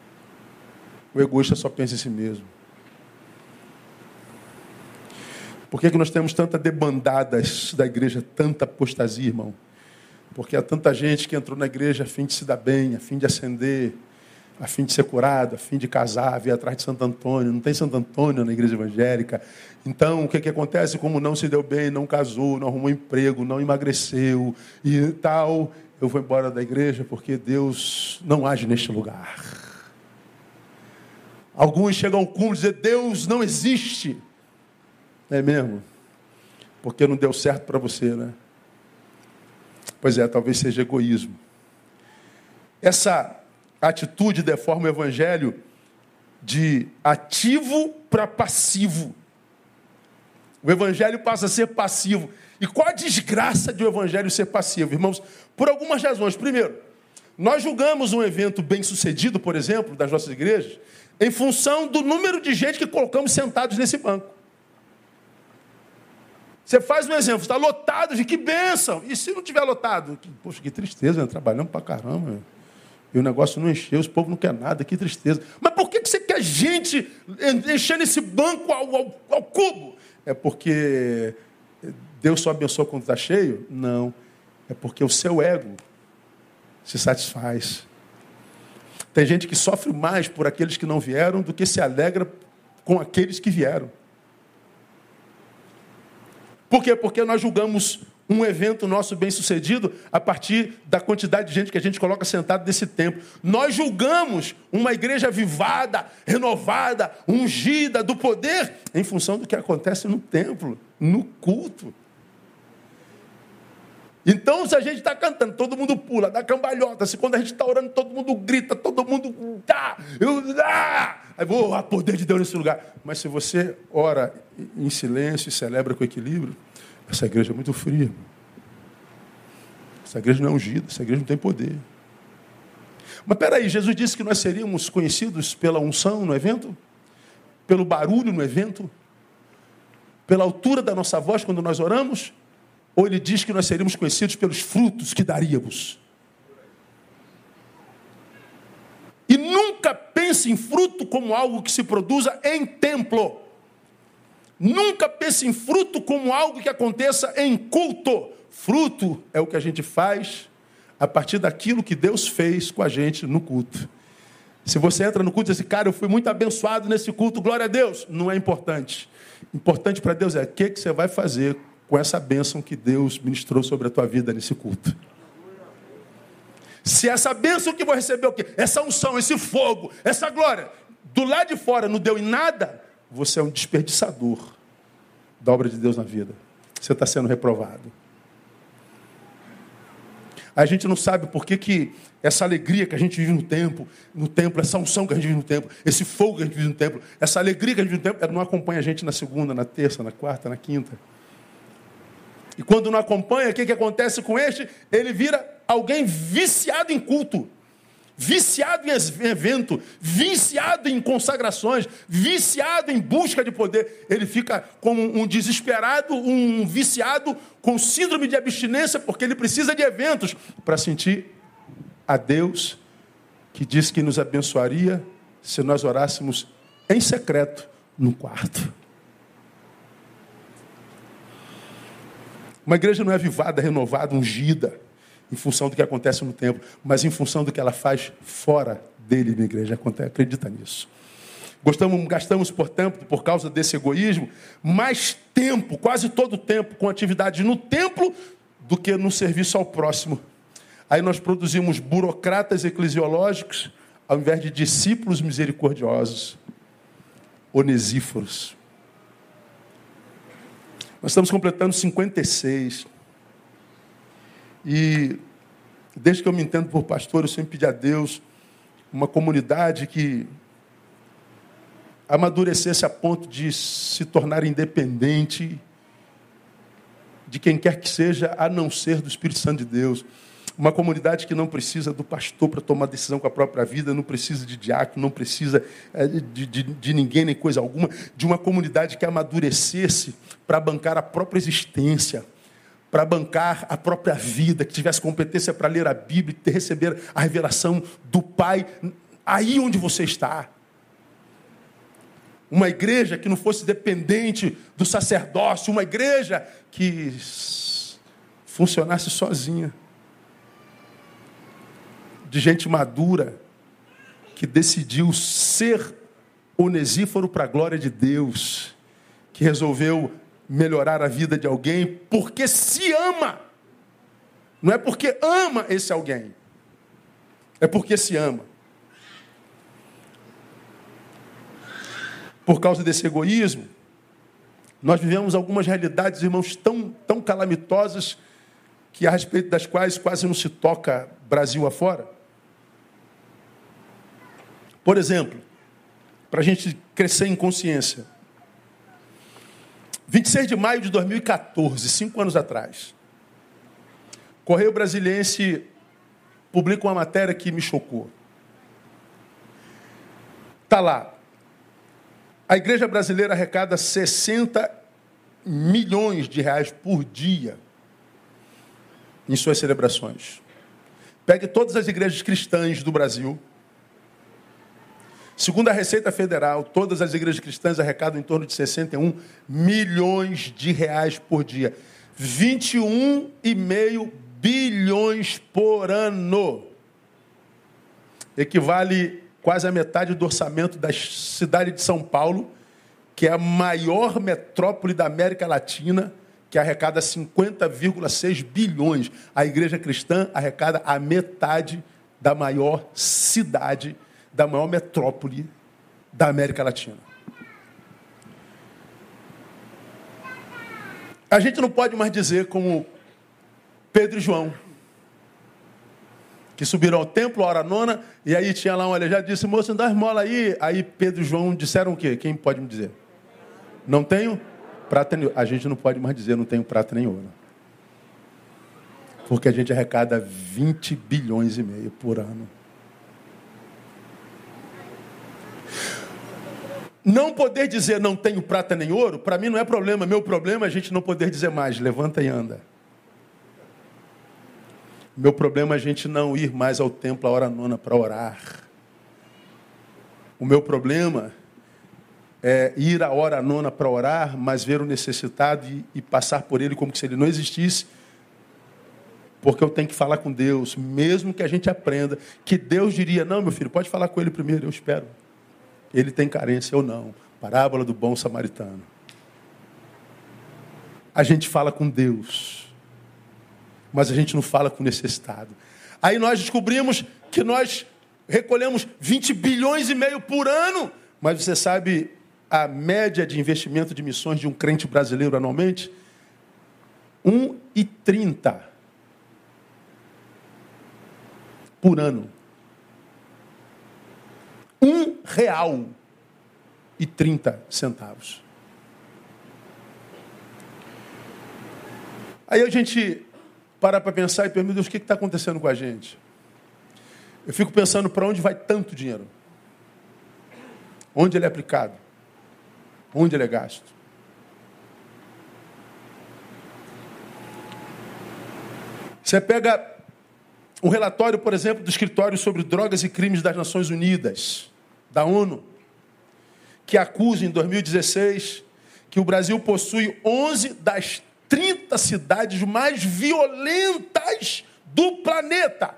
O egoísta só pensa em si mesmo. Por que que nós temos tanta debandada da igreja, tanta apostasia, irmão? Porque há tanta gente que entrou na igreja a fim de se dar bem, a fim de ascender, a fim de ser curado, a fim de casar, vir atrás de Santo Antônio. Não tem Santo Antônio na igreja evangélica. Então, o que que acontece? Como não se deu bem, não casou, não arrumou emprego, não emagreceu e tal, eu vou embora da igreja porque Deus não age neste lugar. Alguns chegam ao cúmulo de dizer, Deus não existe. É mesmo? Porque não deu certo para você, né? Pois é, talvez seja egoísmo. Essa atitude deforma o evangelho de ativo para passivo. O evangelho passa a ser passivo. E qual a desgraça de o evangelho ser passivo? Irmãos, por algumas razões. Primeiro, nós julgamos um evento bem-sucedido, por exemplo, das nossas igrejas, em função do número de gente que colocamos sentados nesse banco. Você faz um exemplo, está lotado, de que bênção. E se não tiver lotado? Poxa, que tristeza, né? Trabalhamos para caramba. E o negócio não encheu, os povos não querem nada, que tristeza. Mas por que você quer gente enchendo esse banco ao, ao, ao cubo? É porque Deus só abençoa quando está cheio? Não. É porque o seu ego se satisfaz. Tem gente que sofre mais por aqueles que não vieram do que se alegra com aqueles que vieram. Por quê? Porque nós julgamos um evento nosso bem-sucedido a partir da quantidade de gente que a gente coloca sentado nesse templo. Nós julgamos uma igreja avivada, renovada, ungida do poder em função do que acontece no templo, no culto. Então, se a gente está cantando, todo mundo pula, dá cambalhota. Se quando a gente está orando, todo mundo grita, todo mundo dá, eu dá. Aí vou, há poder de Deus nesse lugar. Mas se você ora em silêncio e celebra com equilíbrio, essa igreja é muito fria. Essa igreja não é ungida, essa igreja não tem poder. Mas peraí, Jesus disse que nós seríamos conhecidos pela unção no evento? Pelo barulho no evento? Pela altura da nossa voz quando nós oramos? Ou ele diz que nós seríamos conhecidos pelos frutos que daríamos? E nunca pense em fruto como algo que se produza em templo. Nunca pense em fruto como algo que aconteça em culto. Fruto é o que a gente faz a partir daquilo que Deus fez com a gente no culto. Se você entra no culto e diz assim, cara, eu fui muito abençoado nesse culto, glória a Deus. Não é importante. Importante para Deus é o que, que você vai fazer com essa bênção que Deus ministrou sobre a tua vida nesse culto. Se essa bênção que vou receber, o quê? Essa unção, esse fogo, essa glória, do lado de fora não deu em nada, você é um desperdiçador da obra de Deus na vida. Você está sendo reprovado. A gente não sabe por que, que essa alegria que a gente vive no templo, no templo, essa unção que a gente vive no templo, esse fogo que a gente vive no templo, essa alegria que a gente vive no templo, ela não acompanha a gente na segunda, na terça, na quarta, na quinta. E quando não acompanha, o que, que acontece com este? Ele vira alguém viciado em culto, viciado em evento, viciado em consagrações, viciado em busca de poder. Ele fica como um desesperado, um viciado com síndrome de abstinência, porque ele precisa de eventos para sentir a Deus que disse que nos abençoaria se nós orássemos em secreto no quarto. Uma igreja não é avivada, renovada, ungida, em função do que acontece no templo, mas em função do que ela faz fora dele, minha igreja. Acredita nisso. Gostamos, gastamos, portanto, por causa desse egoísmo, mais tempo, quase todo o tempo, com atividades no templo do que no serviço ao próximo. Aí nós produzimos burocratas eclesiológicos, ao invés de discípulos misericordiosos, onesíforos. Nós estamos completando cinquenta e seis. E desde que eu me entendo por pastor, eu sempre pedi a Deus uma comunidade que amadurecesse a ponto de se tornar independente de quem quer que seja, a não ser do Espírito Santo de Deus. Uma comunidade que não precisa do pastor para tomar decisão com a própria vida, não precisa de diácono, não precisa de, de, de ninguém, nem coisa alguma. De uma comunidade que amadurecesse para bancar a própria existência, para bancar a própria vida, que tivesse competência para ler a Bíblia e receber a revelação do Pai aí onde você está. uma igreja que não fosse dependente do sacerdócio, uma igreja que funcionasse sozinha, de gente madura, que decidiu ser onesíforo para a glória de Deus, que resolveu melhorar a vida de alguém porque se ama. Não é porque ama esse alguém, é porque se ama. Por causa desse egoísmo, nós vivemos algumas realidades, irmãos, tão, tão calamitosas, que a respeito das quais quase não se toca Brasil afora. Por exemplo, para a gente crescer em consciência, vinte e seis de maio de dois mil e quatorze, cinco anos atrás, Correio Brasiliense publica uma matéria que me chocou. Está lá. A igreja brasileira arrecada sessenta milhões de reais por dia em suas celebrações. Pegue todas as igrejas cristãs do Brasil. Segundo a Receita Federal, todas as igrejas cristãs arrecadam em torno de sessenta e um milhões de reais por dia. vinte e um vírgula cinco bilhões por ano. Equivale quase a metade do orçamento da cidade de São Paulo, que é a maior metrópole da América Latina, que arrecada cinquenta vírgula seis bilhões. A igreja cristã arrecada a metade da maior cidade, da maior metrópole da América Latina. A gente não pode mais dizer como Pedro e João, que subiram ao templo, a hora nona, e aí tinha lá um aleijado, disse, moço, dá esmola aí. Aí Pedro e João disseram o quê? Quem pode me dizer? Não tenho prata nem ouro. A gente não pode mais dizer, não tenho prata nem ouro. Porque a gente arrecada vinte bilhões e meio por ano. Não poder dizer não tenho prata nem ouro, para mim não é problema. Meu problema é a gente não poder dizer mais, levanta e anda. Meu problema é a gente não ir mais ao templo a hora nona para orar. O meu problema é ir a hora nona para orar, mas ver o necessitado e, e passar por ele como se ele não existisse, porque eu tenho que falar com Deus, mesmo que a gente aprenda que Deus diria, não, meu filho, pode falar com ele primeiro, eu espero. Ele tem carência ou não. Parábola do bom samaritano. A gente fala com Deus, mas a gente não fala com o necessitado. Aí nós descobrimos que nós recolhemos vinte bilhões e meio por ano, mas você sabe a média de investimento de missões de um crente brasileiro anualmente? um vírgula trinta por ano. Um real e trinta centavos. Aí a gente para para pensar e pergunta, Deus, o que está acontecendo com a gente? Eu fico pensando para onde vai tanto dinheiro? Onde ele é aplicado? Onde ele é gasto? Você pega um relatório, por exemplo, do Escritório sobre Drogas e Crimes das Nações Unidas, da ONU, que acusa em dois mil e dezesseis que o Brasil possui onze das trinta cidades mais violentas do planeta.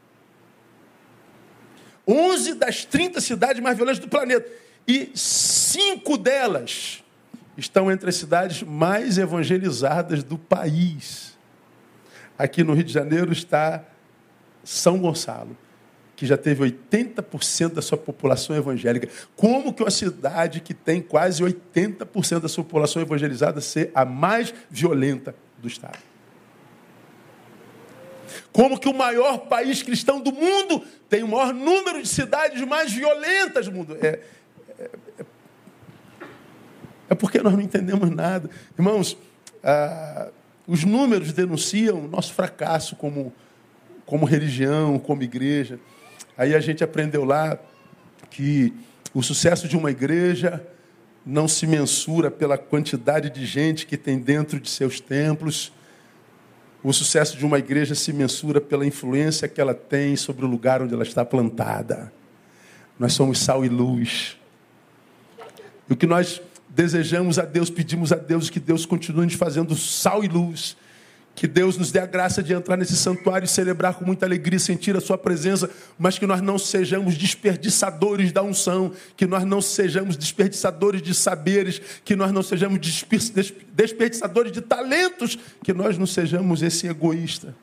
onze das trinta cidades mais violentas do planeta. E cinco delas estão entre as cidades mais evangelizadas do país. Aqui no Rio de Janeiro está São Gonçalo, que já teve oitenta por cento da sua população evangélica. Como que uma cidade que tem quase oitenta por cento da sua população evangelizada ser a mais violenta do estado? Como que o maior país cristão do mundo tem o maior número de cidades mais violentas do mundo? É, é, é porque nós não entendemos nada. Irmãos, ah, os números denunciam o nosso fracasso como, como religião, como igreja. Aí a gente aprendeu lá que o sucesso de uma igreja não se mensura pela quantidade de gente que tem dentro de seus templos. O sucesso de uma igreja se mensura pela influência que ela tem sobre o lugar onde ela está plantada. Nós somos sal e luz. E o que nós desejamos a Deus, pedimos a Deus que Deus continue nos fazendo sal e luz. Que Deus nos dê a graça de entrar nesse santuário e celebrar com muita alegria, sentir a sua presença, mas que nós não sejamos desperdiçadores da unção, que nós não sejamos desperdiçadores de saberes, que nós não sejamos desperdiçadores de talentos, que nós não sejamos esse egoísta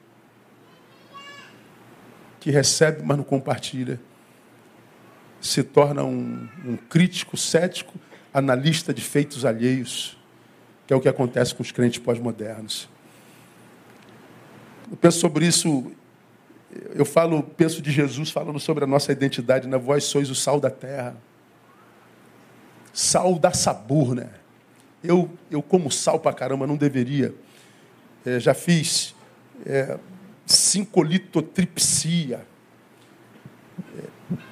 que recebe, mas não compartilha. Se torna um, um crítico, cético, analista de feitos alheios, que é o que acontece com os crentes pós-modernos. Eu penso sobre isso, eu falo, penso de Jesus falando sobre a nossa identidade, né? Vós sois o sal da terra. Sal dá sabor, né? Eu, eu como sal pra caramba, não deveria. É, já fiz é, cincolitotripsia. É,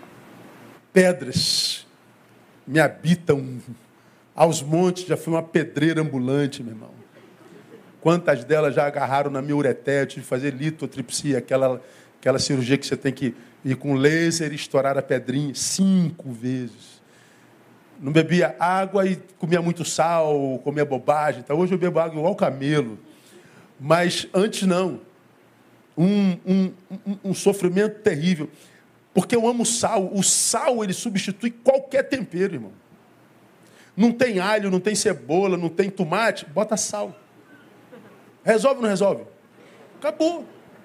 pedras me habitam aos montes, já fui uma pedreira ambulante, meu irmão. Quantas delas já agarraram na minha uretéia, de fazer litotripsia, aquela, aquela cirurgia que você tem que ir com laser e estourar a pedrinha cinco vezes. Não bebia água e comia muito sal, comia bobagem. Então, hoje eu bebo água igual camelo. Mas antes não. Um, um, um, um sofrimento terrível. Porque eu amo sal. O sal, ele substitui qualquer tempero, irmão. Não tem alho, não tem cebola, não tem tomate, bota sal. Resolve ou não resolve? Acabou.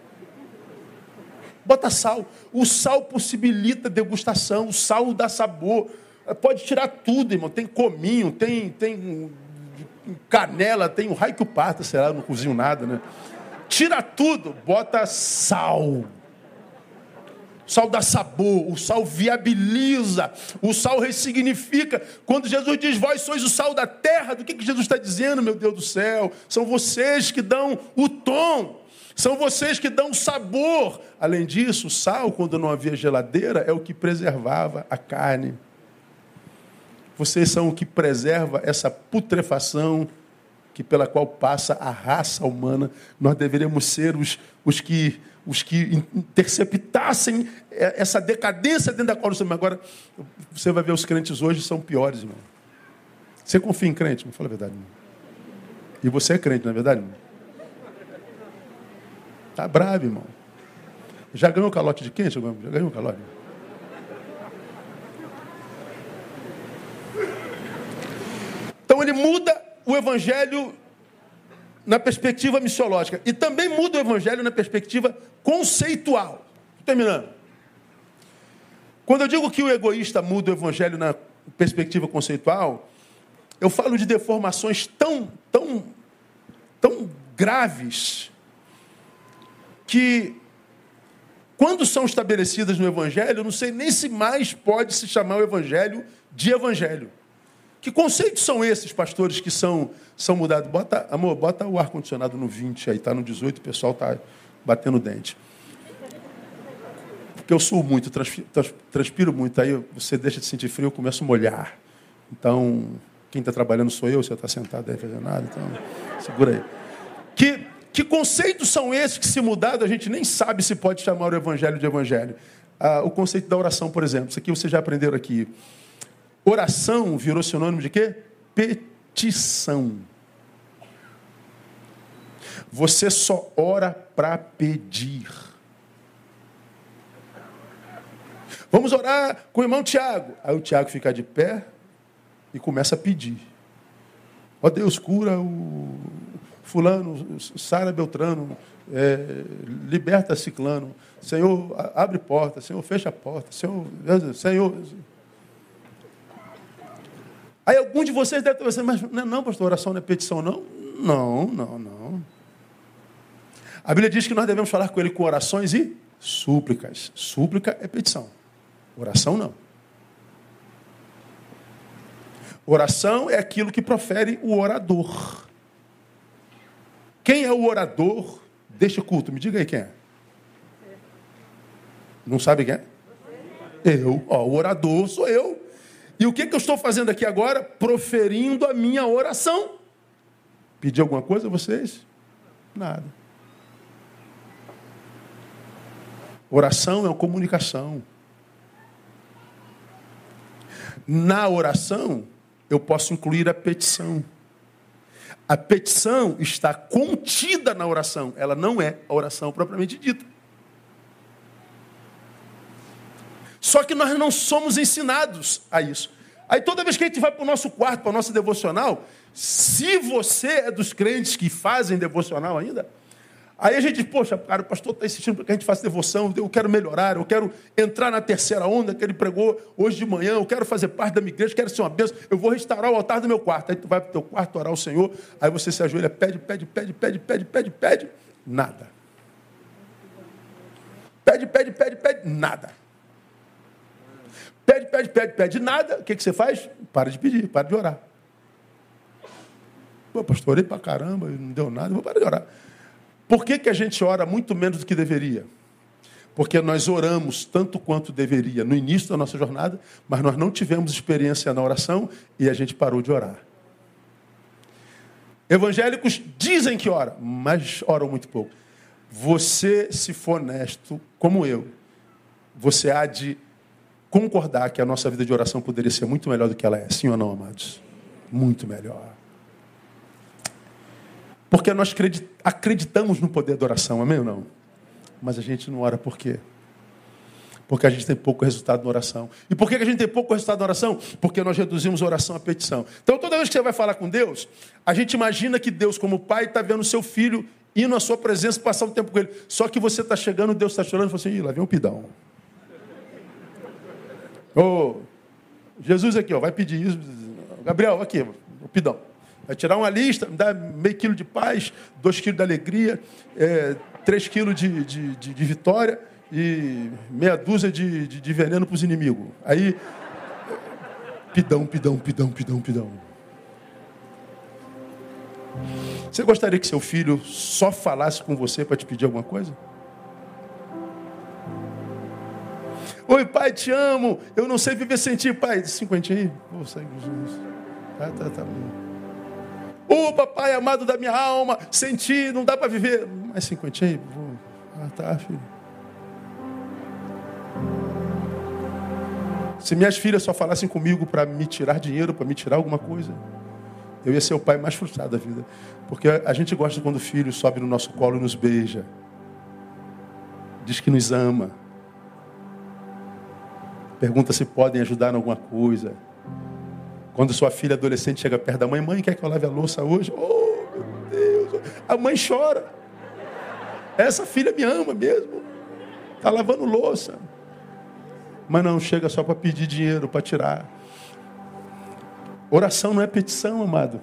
Bota sal. O sal possibilita degustação, o sal dá sabor. Pode tirar tudo, irmão. Tem cominho, tem, tem canela, tem o raio que o parta, sei lá, eu não cozinho nada, né? Tira tudo, bota sal. O sal dá sabor, o sal viabiliza, o sal ressignifica. Quando Jesus diz, vós sois o sal da terra, do que, que Jesus está dizendo, meu Deus do céu? São vocês que dão o tom, são vocês que dão o sabor. Além disso, o sal, quando não havia geladeira, é o que preservava a carne. Vocês são o que preserva essa putrefação que pela qual passa a raça humana. Nós deveríamos ser os, os que... os que interceptassem essa decadência dentro da qual nós estamos. Agora, você vai ver os crentes hoje são piores, irmão. Você confia em crente? Não fala a verdade, irmão. E você é crente, não é verdade, irmão? Tá bravo, irmão. Já ganhou o calote de quem? Já ganhou o calote? Então ele muda o evangelho na perspectiva missiológica. E também muda o evangelho na perspectiva conceitual. Terminando. Quando eu digo que o egoísta muda o evangelho na perspectiva conceitual, eu falo de deformações tão, tão, tão graves que, quando são estabelecidas no evangelho, eu não sei nem se mais pode se chamar o evangelho de evangelho. Que conceitos são esses, pastores, que são, são mudados? Bota, amor, bota o ar-condicionado no vinte, aí está no dezoito, o pessoal está batendo dente. Porque eu suo muito, transpiro, transpiro muito, aí você deixa de sentir frio, eu começo a molhar. Então, quem está trabalhando sou eu, você está sentado aí fazendo nada, então segura aí. Que, que conceitos são esses que, se mudado, a gente nem sabe se pode chamar o evangelho de evangelho? Ah, o conceito da oração, por exemplo, isso aqui vocês já aprenderam aqui. Oração virou sinônimo de quê? Petição. Você só ora para pedir. Vamos orar com o irmão Tiago. Aí o Tiago fica de pé e começa a pedir. Ó Deus, cura o fulano, Sara Beltrano, é, liberta Ciclano. Senhor, abre porta. Senhor, fecha a porta. Senhor, Senhor... Aí algum de vocês deve estar pensando, mas não, pastor, oração não é petição, não? Não, não, não. A Bíblia diz que nós devemos falar com ele com orações e súplicas. Súplica é petição. Oração não. Oração é aquilo que profere o orador. Quem é o orador deste culto? Me diga aí quem é. Não sabe quem é? Eu. Ó, o orador sou eu. E o que, que eu estou fazendo aqui agora? Proferindo a minha oração. Pedi alguma coisa a vocês? Nada. Oração é uma comunicação. Na oração, eu posso incluir a petição. A petição está contida na oração. Ela não é a oração propriamente dita. Só que nós não somos ensinados a isso. Aí toda vez que a gente vai para o nosso quarto, para a nossa devocional, se você é dos crentes que fazem devocional ainda, aí a gente diz, poxa, cara, o pastor está insistindo para que a gente faça devoção, eu quero melhorar, eu quero entrar na terceira onda que ele pregou hoje de manhã, eu quero fazer parte da minha igreja, quero ser uma bênção, eu vou restaurar o altar do meu quarto. Aí tu vai para o teu quarto orar ao Senhor, aí você se ajoelha, pede, pede, pede, pede, pede, pede, pede, nada. Pede, pede, pede, pede, nada. Pede, pede, pede, pede, nada. O que, que você faz? Para de pedir, para de orar. Pô, pastor, orei para caramba, não deu nada, eu vou parar de orar. Por que, que a gente ora muito menos do que deveria? Porque nós oramos tanto quanto deveria no início da nossa jornada, mas nós não tivemos experiência na oração e a gente parou de orar. Evangélicos dizem que oram, mas oram muito pouco. Você, se for honesto, como eu, você há de concordar que a nossa vida de oração poderia ser muito melhor do que ela é. Sim ou não, amados? Muito melhor. Porque nós acreditamos no poder da oração, amém ou não? Mas a gente não ora por quê? Porque a gente tem pouco resultado na oração. E por que a gente tem pouco resultado na oração? Porque nós reduzimos a oração à petição. Então, toda vez que você vai falar com Deus, a gente imagina que Deus, como pai, está vendo o seu filho indo à sua presença, passar um tempo com ele. Só que você está chegando, Deus está chorando, e fala assim, ih, lá vem um pidão. Ô, Jesus aqui, ó, vai pedir isso. Gabriel, aqui, o pidão. Vai tirar uma lista, me dá meio quilo de paz, dois quilos de alegria, é, três quilos de, de, de, de vitória e meia dúzia de, de, de veneno para os inimigos. Aí, pidão, pidão, pidão, pidão, pidão. Você gostaria que seu filho só falasse com você para te pedir alguma coisa? Oi, pai, te amo. Eu não sei viver sem ti, pai. Cinquentinha aí. Vou sair com Jesus. Tá, tá, tá bom. Ô, oh, papai amado da minha alma, sem ti não dá para viver. Mais cinquentinha aí. Vou. Ah, tá, filho. Se minhas filhas só falassem comigo para me tirar dinheiro, para me tirar alguma coisa, eu ia ser o pai mais frustrado da vida. Porque a gente gosta quando o filho sobe no nosso colo e nos beija. Diz que nos ama. Pergunta se podem ajudar em alguma coisa. Quando sua filha adolescente chega perto da mãe, mãe, quer que eu lave a louça hoje? Oh, meu Deus! A mãe chora. Essa filha me ama mesmo. Está lavando louça. Mas não, chega só para pedir dinheiro, para tirar. Oração não é petição, amado.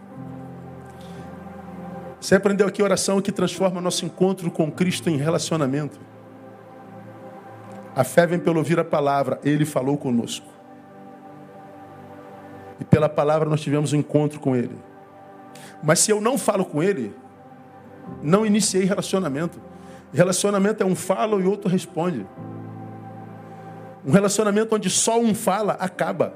Você aprendeu aqui oração que transforma nosso encontro com Cristo em relacionamento. A fé vem pelo ouvir a palavra. Ele falou conosco. E pela palavra nós tivemos um encontro com Ele. Mas se eu não falo com Ele, não iniciei relacionamento. Relacionamento é um fala e o outro responde. Um relacionamento onde só um fala, acaba.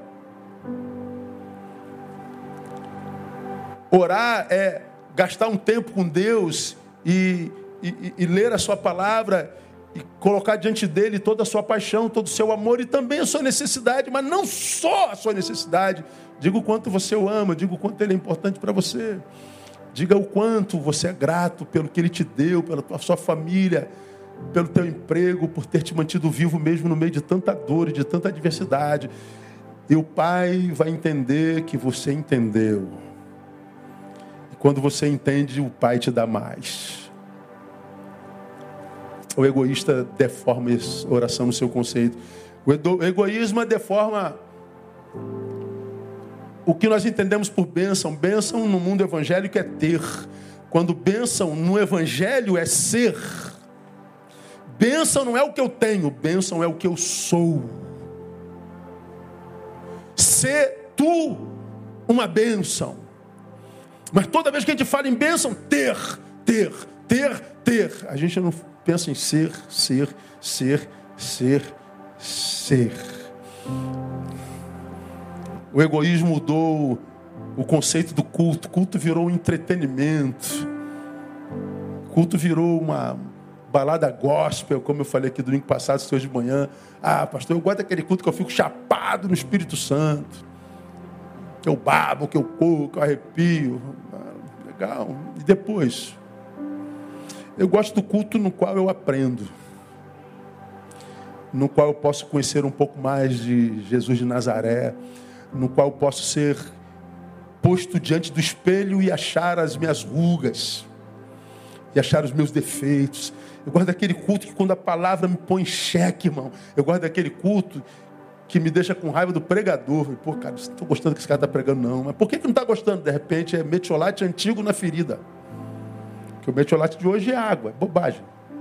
Orar é gastar um tempo com Deus e, e, e ler a sua palavra e colocar diante dele toda a sua paixão, todo o seu amor e também a sua necessidade, mas não só a sua necessidade. Diga o quanto você o ama, diga o quanto ele é importante para você. Diga o quanto você é grato pelo que ele te deu, pela tua, sua família, pelo teu emprego, por ter te mantido vivo mesmo no meio de tanta dor e de tanta adversidade. E o Pai vai entender que você entendeu. E quando você entende, o Pai te dá mais. O egoísta deforma a oração no seu conceito. O egoísmo deforma o que nós entendemos por bênção. Bênção no mundo evangélico é ter. Quando bênção no evangelho é ser. Bênção não é o que eu tenho, bênção é o que eu sou. Ser tu uma bênção. Mas toda vez que a gente fala em bênção, ter, ter, ter, ter. A gente não pensa em ser, ser, ser, ser, ser. O egoísmo mudou o conceito do culto. O culto virou um entretenimento. O culto virou uma balada gospel, como eu falei aqui domingo passado, hoje de manhã. Ah, pastor, eu gosto daquele culto que eu fico chapado no Espírito Santo. que eu babo, que eu corro, que eu arrepio. Legal. E depois? Eu gosto do culto no qual eu aprendo. No qual eu posso conhecer um pouco mais de Jesus de Nazaré. No qual eu posso ser posto diante do espelho e achar as minhas rugas. E achar os meus defeitos. Eu gosto daquele culto que quando a palavra me põe em xeque, irmão. Eu gosto daquele culto que me deixa com raiva do pregador. Pô, cara, não estou gostando que esse cara está pregando, não. Mas por que que não está gostando? De repente é metiolate antigo na ferida. Porque o metiolate de hoje é água, é bobagem.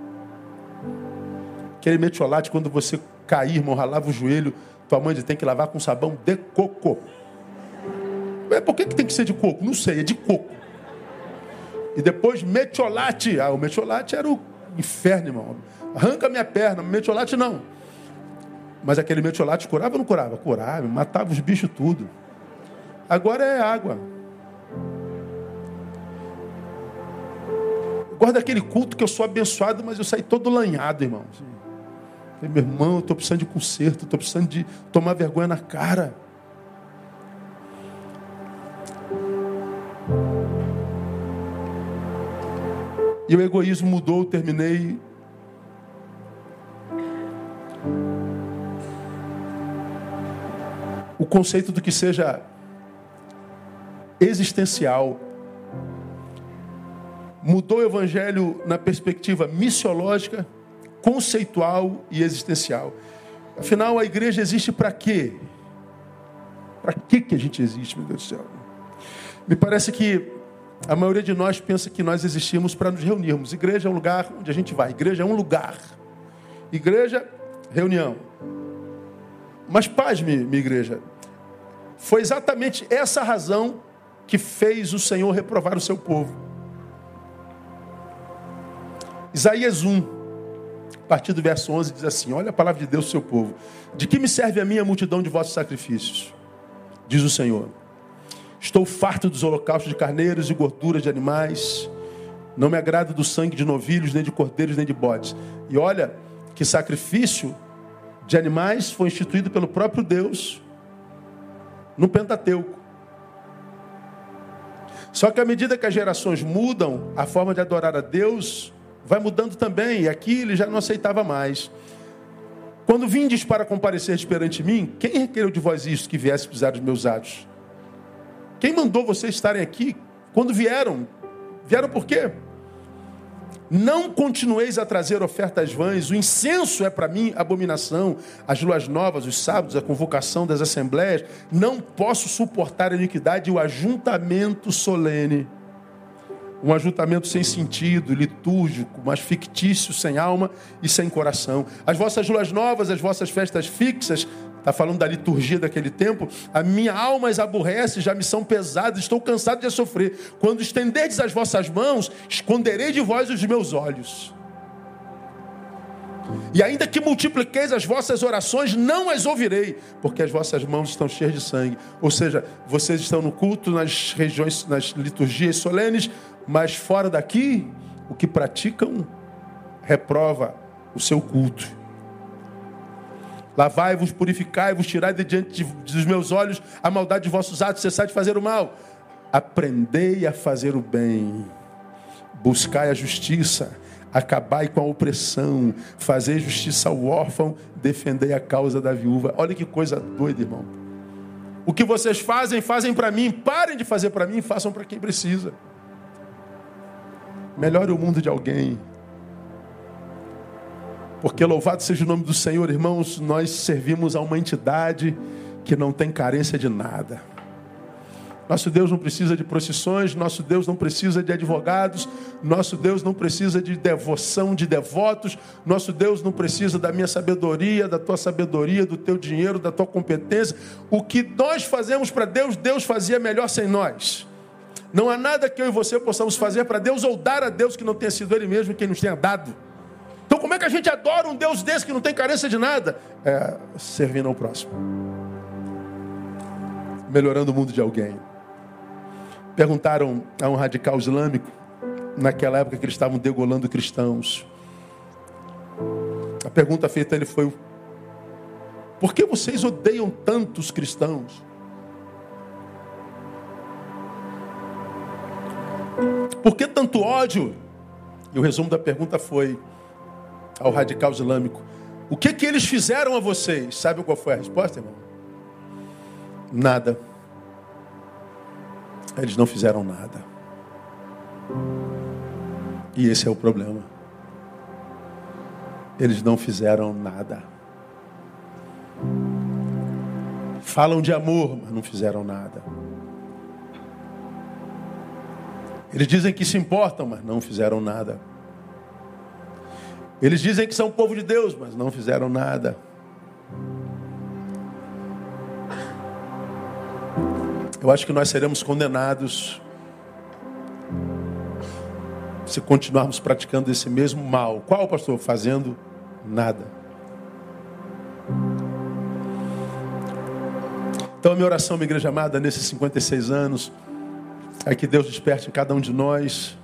Aquele metiolate, quando você cair, irmão, ralava o joelho, tua mãe diz, tem que lavar com sabão de coco. Mas por que que tem que ser de coco? Não sei, é de coco. E depois metiolate. Ah, o metiolate era o inferno, irmão. Arranca minha perna, metiolate não. Mas aquele metiolate curava ou não curava? Curava, matava os bichos tudo. Agora é água. Eu gosto daquele culto que eu sou abençoado, mas eu saí todo lanhado, irmão. Meu irmão, eu estou precisando de conserto, estou precisando de tomar vergonha na cara. E o egoísmo mudou, eu terminei o conceito do que seja existencial. Mudou o evangelho na perspectiva missiológica, conceitual e existencial. Afinal, a igreja existe para quê? Para que que a gente existe, meu Deus do céu? Me parece que a maioria de nós pensa que nós existimos para nos reunirmos. Igreja é um lugar onde a gente vai. Igreja é um lugar. Igreja, reunião. Mas pasme, minha igreja, foi exatamente essa razão que fez o Senhor reprovar o seu povo. Isaías um, a partir do verso onze, diz assim, olha a palavra de Deus, seu povo. De que me serve a minha multidão de vossos sacrifícios? Diz o Senhor. Estou farto dos holocaustos de carneiros e gorduras de animais. Não me agrado do sangue de novilhos, nem de cordeiros, nem de bodes. E olha que sacrifício de animais foi instituído pelo próprio Deus no Pentateuco. Só que à medida que as gerações mudam, a forma de adorar a Deus vai mudando também. E aqui ele já não aceitava mais. Quando vindes para comparecer perante mim, quem requereu de vós isto que viesse pisar os meus atos? Quem mandou vocês estarem aqui? Quando vieram? Vieram por quê? Não continueis a trazer ofertas vãs. O incenso é para mim abominação. As luas novas, os sábados, a convocação das assembleias. Não posso suportar a iniquidade e o ajuntamento solene. Um ajuntamento sem sentido, litúrgico, mas fictício, sem alma e sem coração. As vossas luas novas, as vossas festas fixas, está falando da liturgia daquele tempo, a minha alma as aborrece, já me são pesadas, estou cansado de a sofrer. Quando estenderdes as vossas mãos, esconderei de vós os meus olhos. E ainda que multipliqueis as vossas orações, não as ouvirei, porque as vossas mãos estão cheias de sangue. Ou seja, vocês estão no culto, nas regiões, nas liturgias solenes, mas fora daqui, o que praticam reprova o seu culto. Lavai-vos, purificai-vos, tirai de diante de, dos meus olhos a maldade de vossos atos, cessai de fazer o mal. Aprendei a fazer o bem, buscai a justiça, acabai com a opressão, fazei justiça ao órfão, defendei a causa da viúva. Olha que coisa doida, irmão. O que vocês fazem, fazem para mim. Parem de fazer para mim, façam para quem precisa. Melhore o mundo de alguém. Porque louvado seja o nome do Senhor, irmãos, nós servimos a uma entidade que não tem carência de nada. Nosso Deus não precisa de procissões, nosso Deus não precisa de advogados, nosso Deus não precisa de devoção de devotos, nosso Deus não precisa da minha sabedoria, da tua sabedoria, do teu dinheiro, da tua competência. O que nós fazemos para Deus, Deus fazia melhor sem nós. Não há nada que eu e você possamos fazer para Deus ou dar a Deus que não tenha sido Ele mesmo quem nos tenha dado. Então como é que a gente adora um Deus desse que não tem carência de nada? É, servindo ao próximo. Melhorando o mundo de alguém. Perguntaram a um radical islâmico, naquela época que eles estavam degolando cristãos. A pergunta feita a ele foi: por que vocês odeiam tanto os cristãos? Por que tanto ódio? E o resumo da pergunta foi ao radical islâmico: o que que eles fizeram a vocês? Sabe qual foi a resposta, irmão? Nada. Eles não fizeram nada. E esse é o problema. Eles não fizeram nada. Falam de amor, mas não fizeram nada. Eles dizem que se importam, mas não fizeram nada. Eles dizem que são povo de Deus, mas não fizeram nada. Eu acho que nós seremos condenados se continuarmos praticando esse mesmo mal. Qual, pastor? Fazendo nada. Então a minha oração, minha igreja amada, nesses cinquenta e seis anos, é que Deus desperte em cada um de nós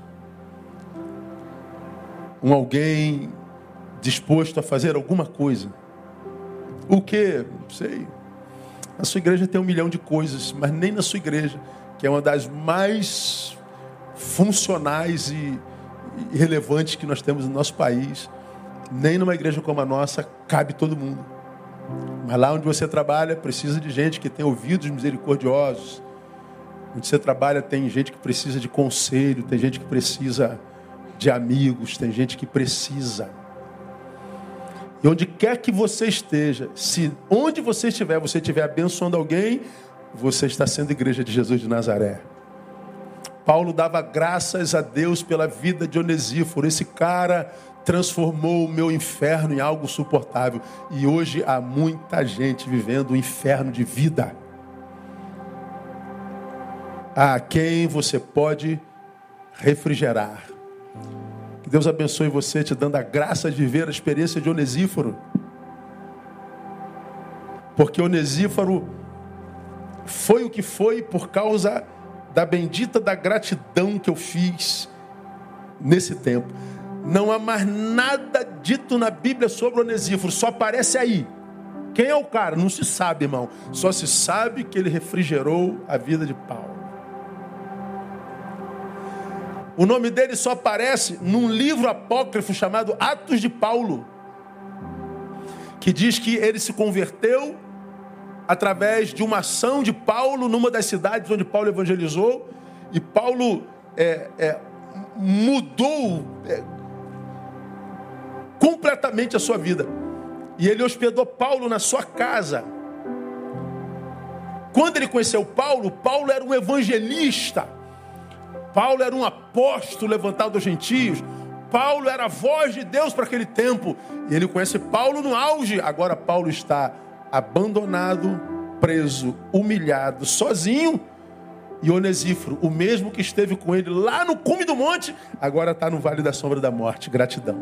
um alguém disposto a fazer alguma coisa. O quê? Não sei. Na sua igreja tem um milhão de coisas, mas nem na sua igreja, que é uma das mais funcionais e, e relevantes que nós temos no nosso país, nem numa igreja como a nossa cabe todo mundo. Mas lá onde você trabalha, precisa de gente que tem ouvidos misericordiosos. Onde você trabalha, tem gente que precisa de conselho, tem gente que precisa de amigos, tem gente que precisa. E onde quer que você esteja, se onde você estiver, você estiver abençoando alguém, você está sendo igreja de Jesus de Nazaré. Paulo dava graças a Deus pela vida de Onesíforo. Esse cara transformou o meu inferno em algo suportável. E hoje há muita gente vivendo um inferno de vida. A quem você pode refrigerar. Que Deus abençoe você, te dando a graça de viver a experiência de Onesíforo. Porque Onesíforo foi o que foi por causa da bendita da gratidão que eu fiz nesse tempo. Não há mais nada dito na Bíblia sobre Onesíforo, só aparece aí. Quem é o cara? Não se sabe, irmão. Só se sabe que ele refrigerou a vida de Paulo. O nome dele só aparece num livro apócrifo chamado Atos de Paulo, que diz que ele se converteu através de uma ação de Paulo numa das cidades onde Paulo evangelizou, e Paulo é, é, mudou é, completamente a sua vida. E ele hospedou Paulo na sua casa. Quando ele conheceu Paulo, Paulo era um evangelista. Paulo era um apóstolo levantado aos gentios. Paulo era a voz de Deus para aquele tempo. E ele conhece Paulo no auge. Agora Paulo está abandonado, preso, humilhado, sozinho. E Onesíforo, o mesmo que esteve com ele lá no cume do monte, agora está no vale da sombra da morte. Gratidão.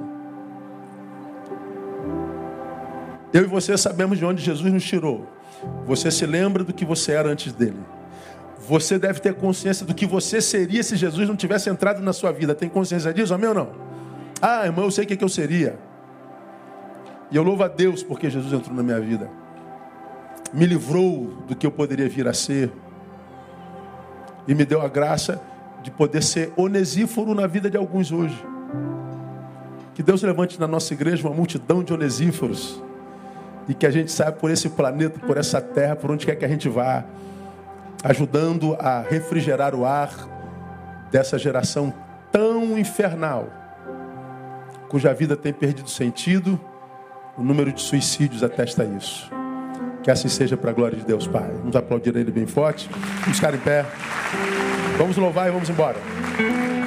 Eu e você sabemos de onde Jesus nos tirou. Você se lembra do que você era antes dele. Você deve ter consciência do que você seria se Jesus não tivesse entrado na sua vida. Tem consciência disso? Amém ou não? Ah, irmão, eu sei o que eu seria. E eu louvo a Deus porque Jesus entrou na minha vida. Me livrou do que eu poderia vir a ser. E me deu a graça de poder ser Onesíforo na vida de alguns hoje. Que Deus levante na nossa igreja uma multidão de Onesíforos. E que a gente saia por esse planeta, por essa terra, por onde quer que a gente vá, ajudando a refrigerar o ar dessa geração tão infernal, cuja vida tem perdido sentido. O número de suicídios atesta isso. Que assim seja para a glória de Deus, Pai. Vamos aplaudir Ele bem forte. Vamos ficar em pé. Vamos louvar e vamos embora.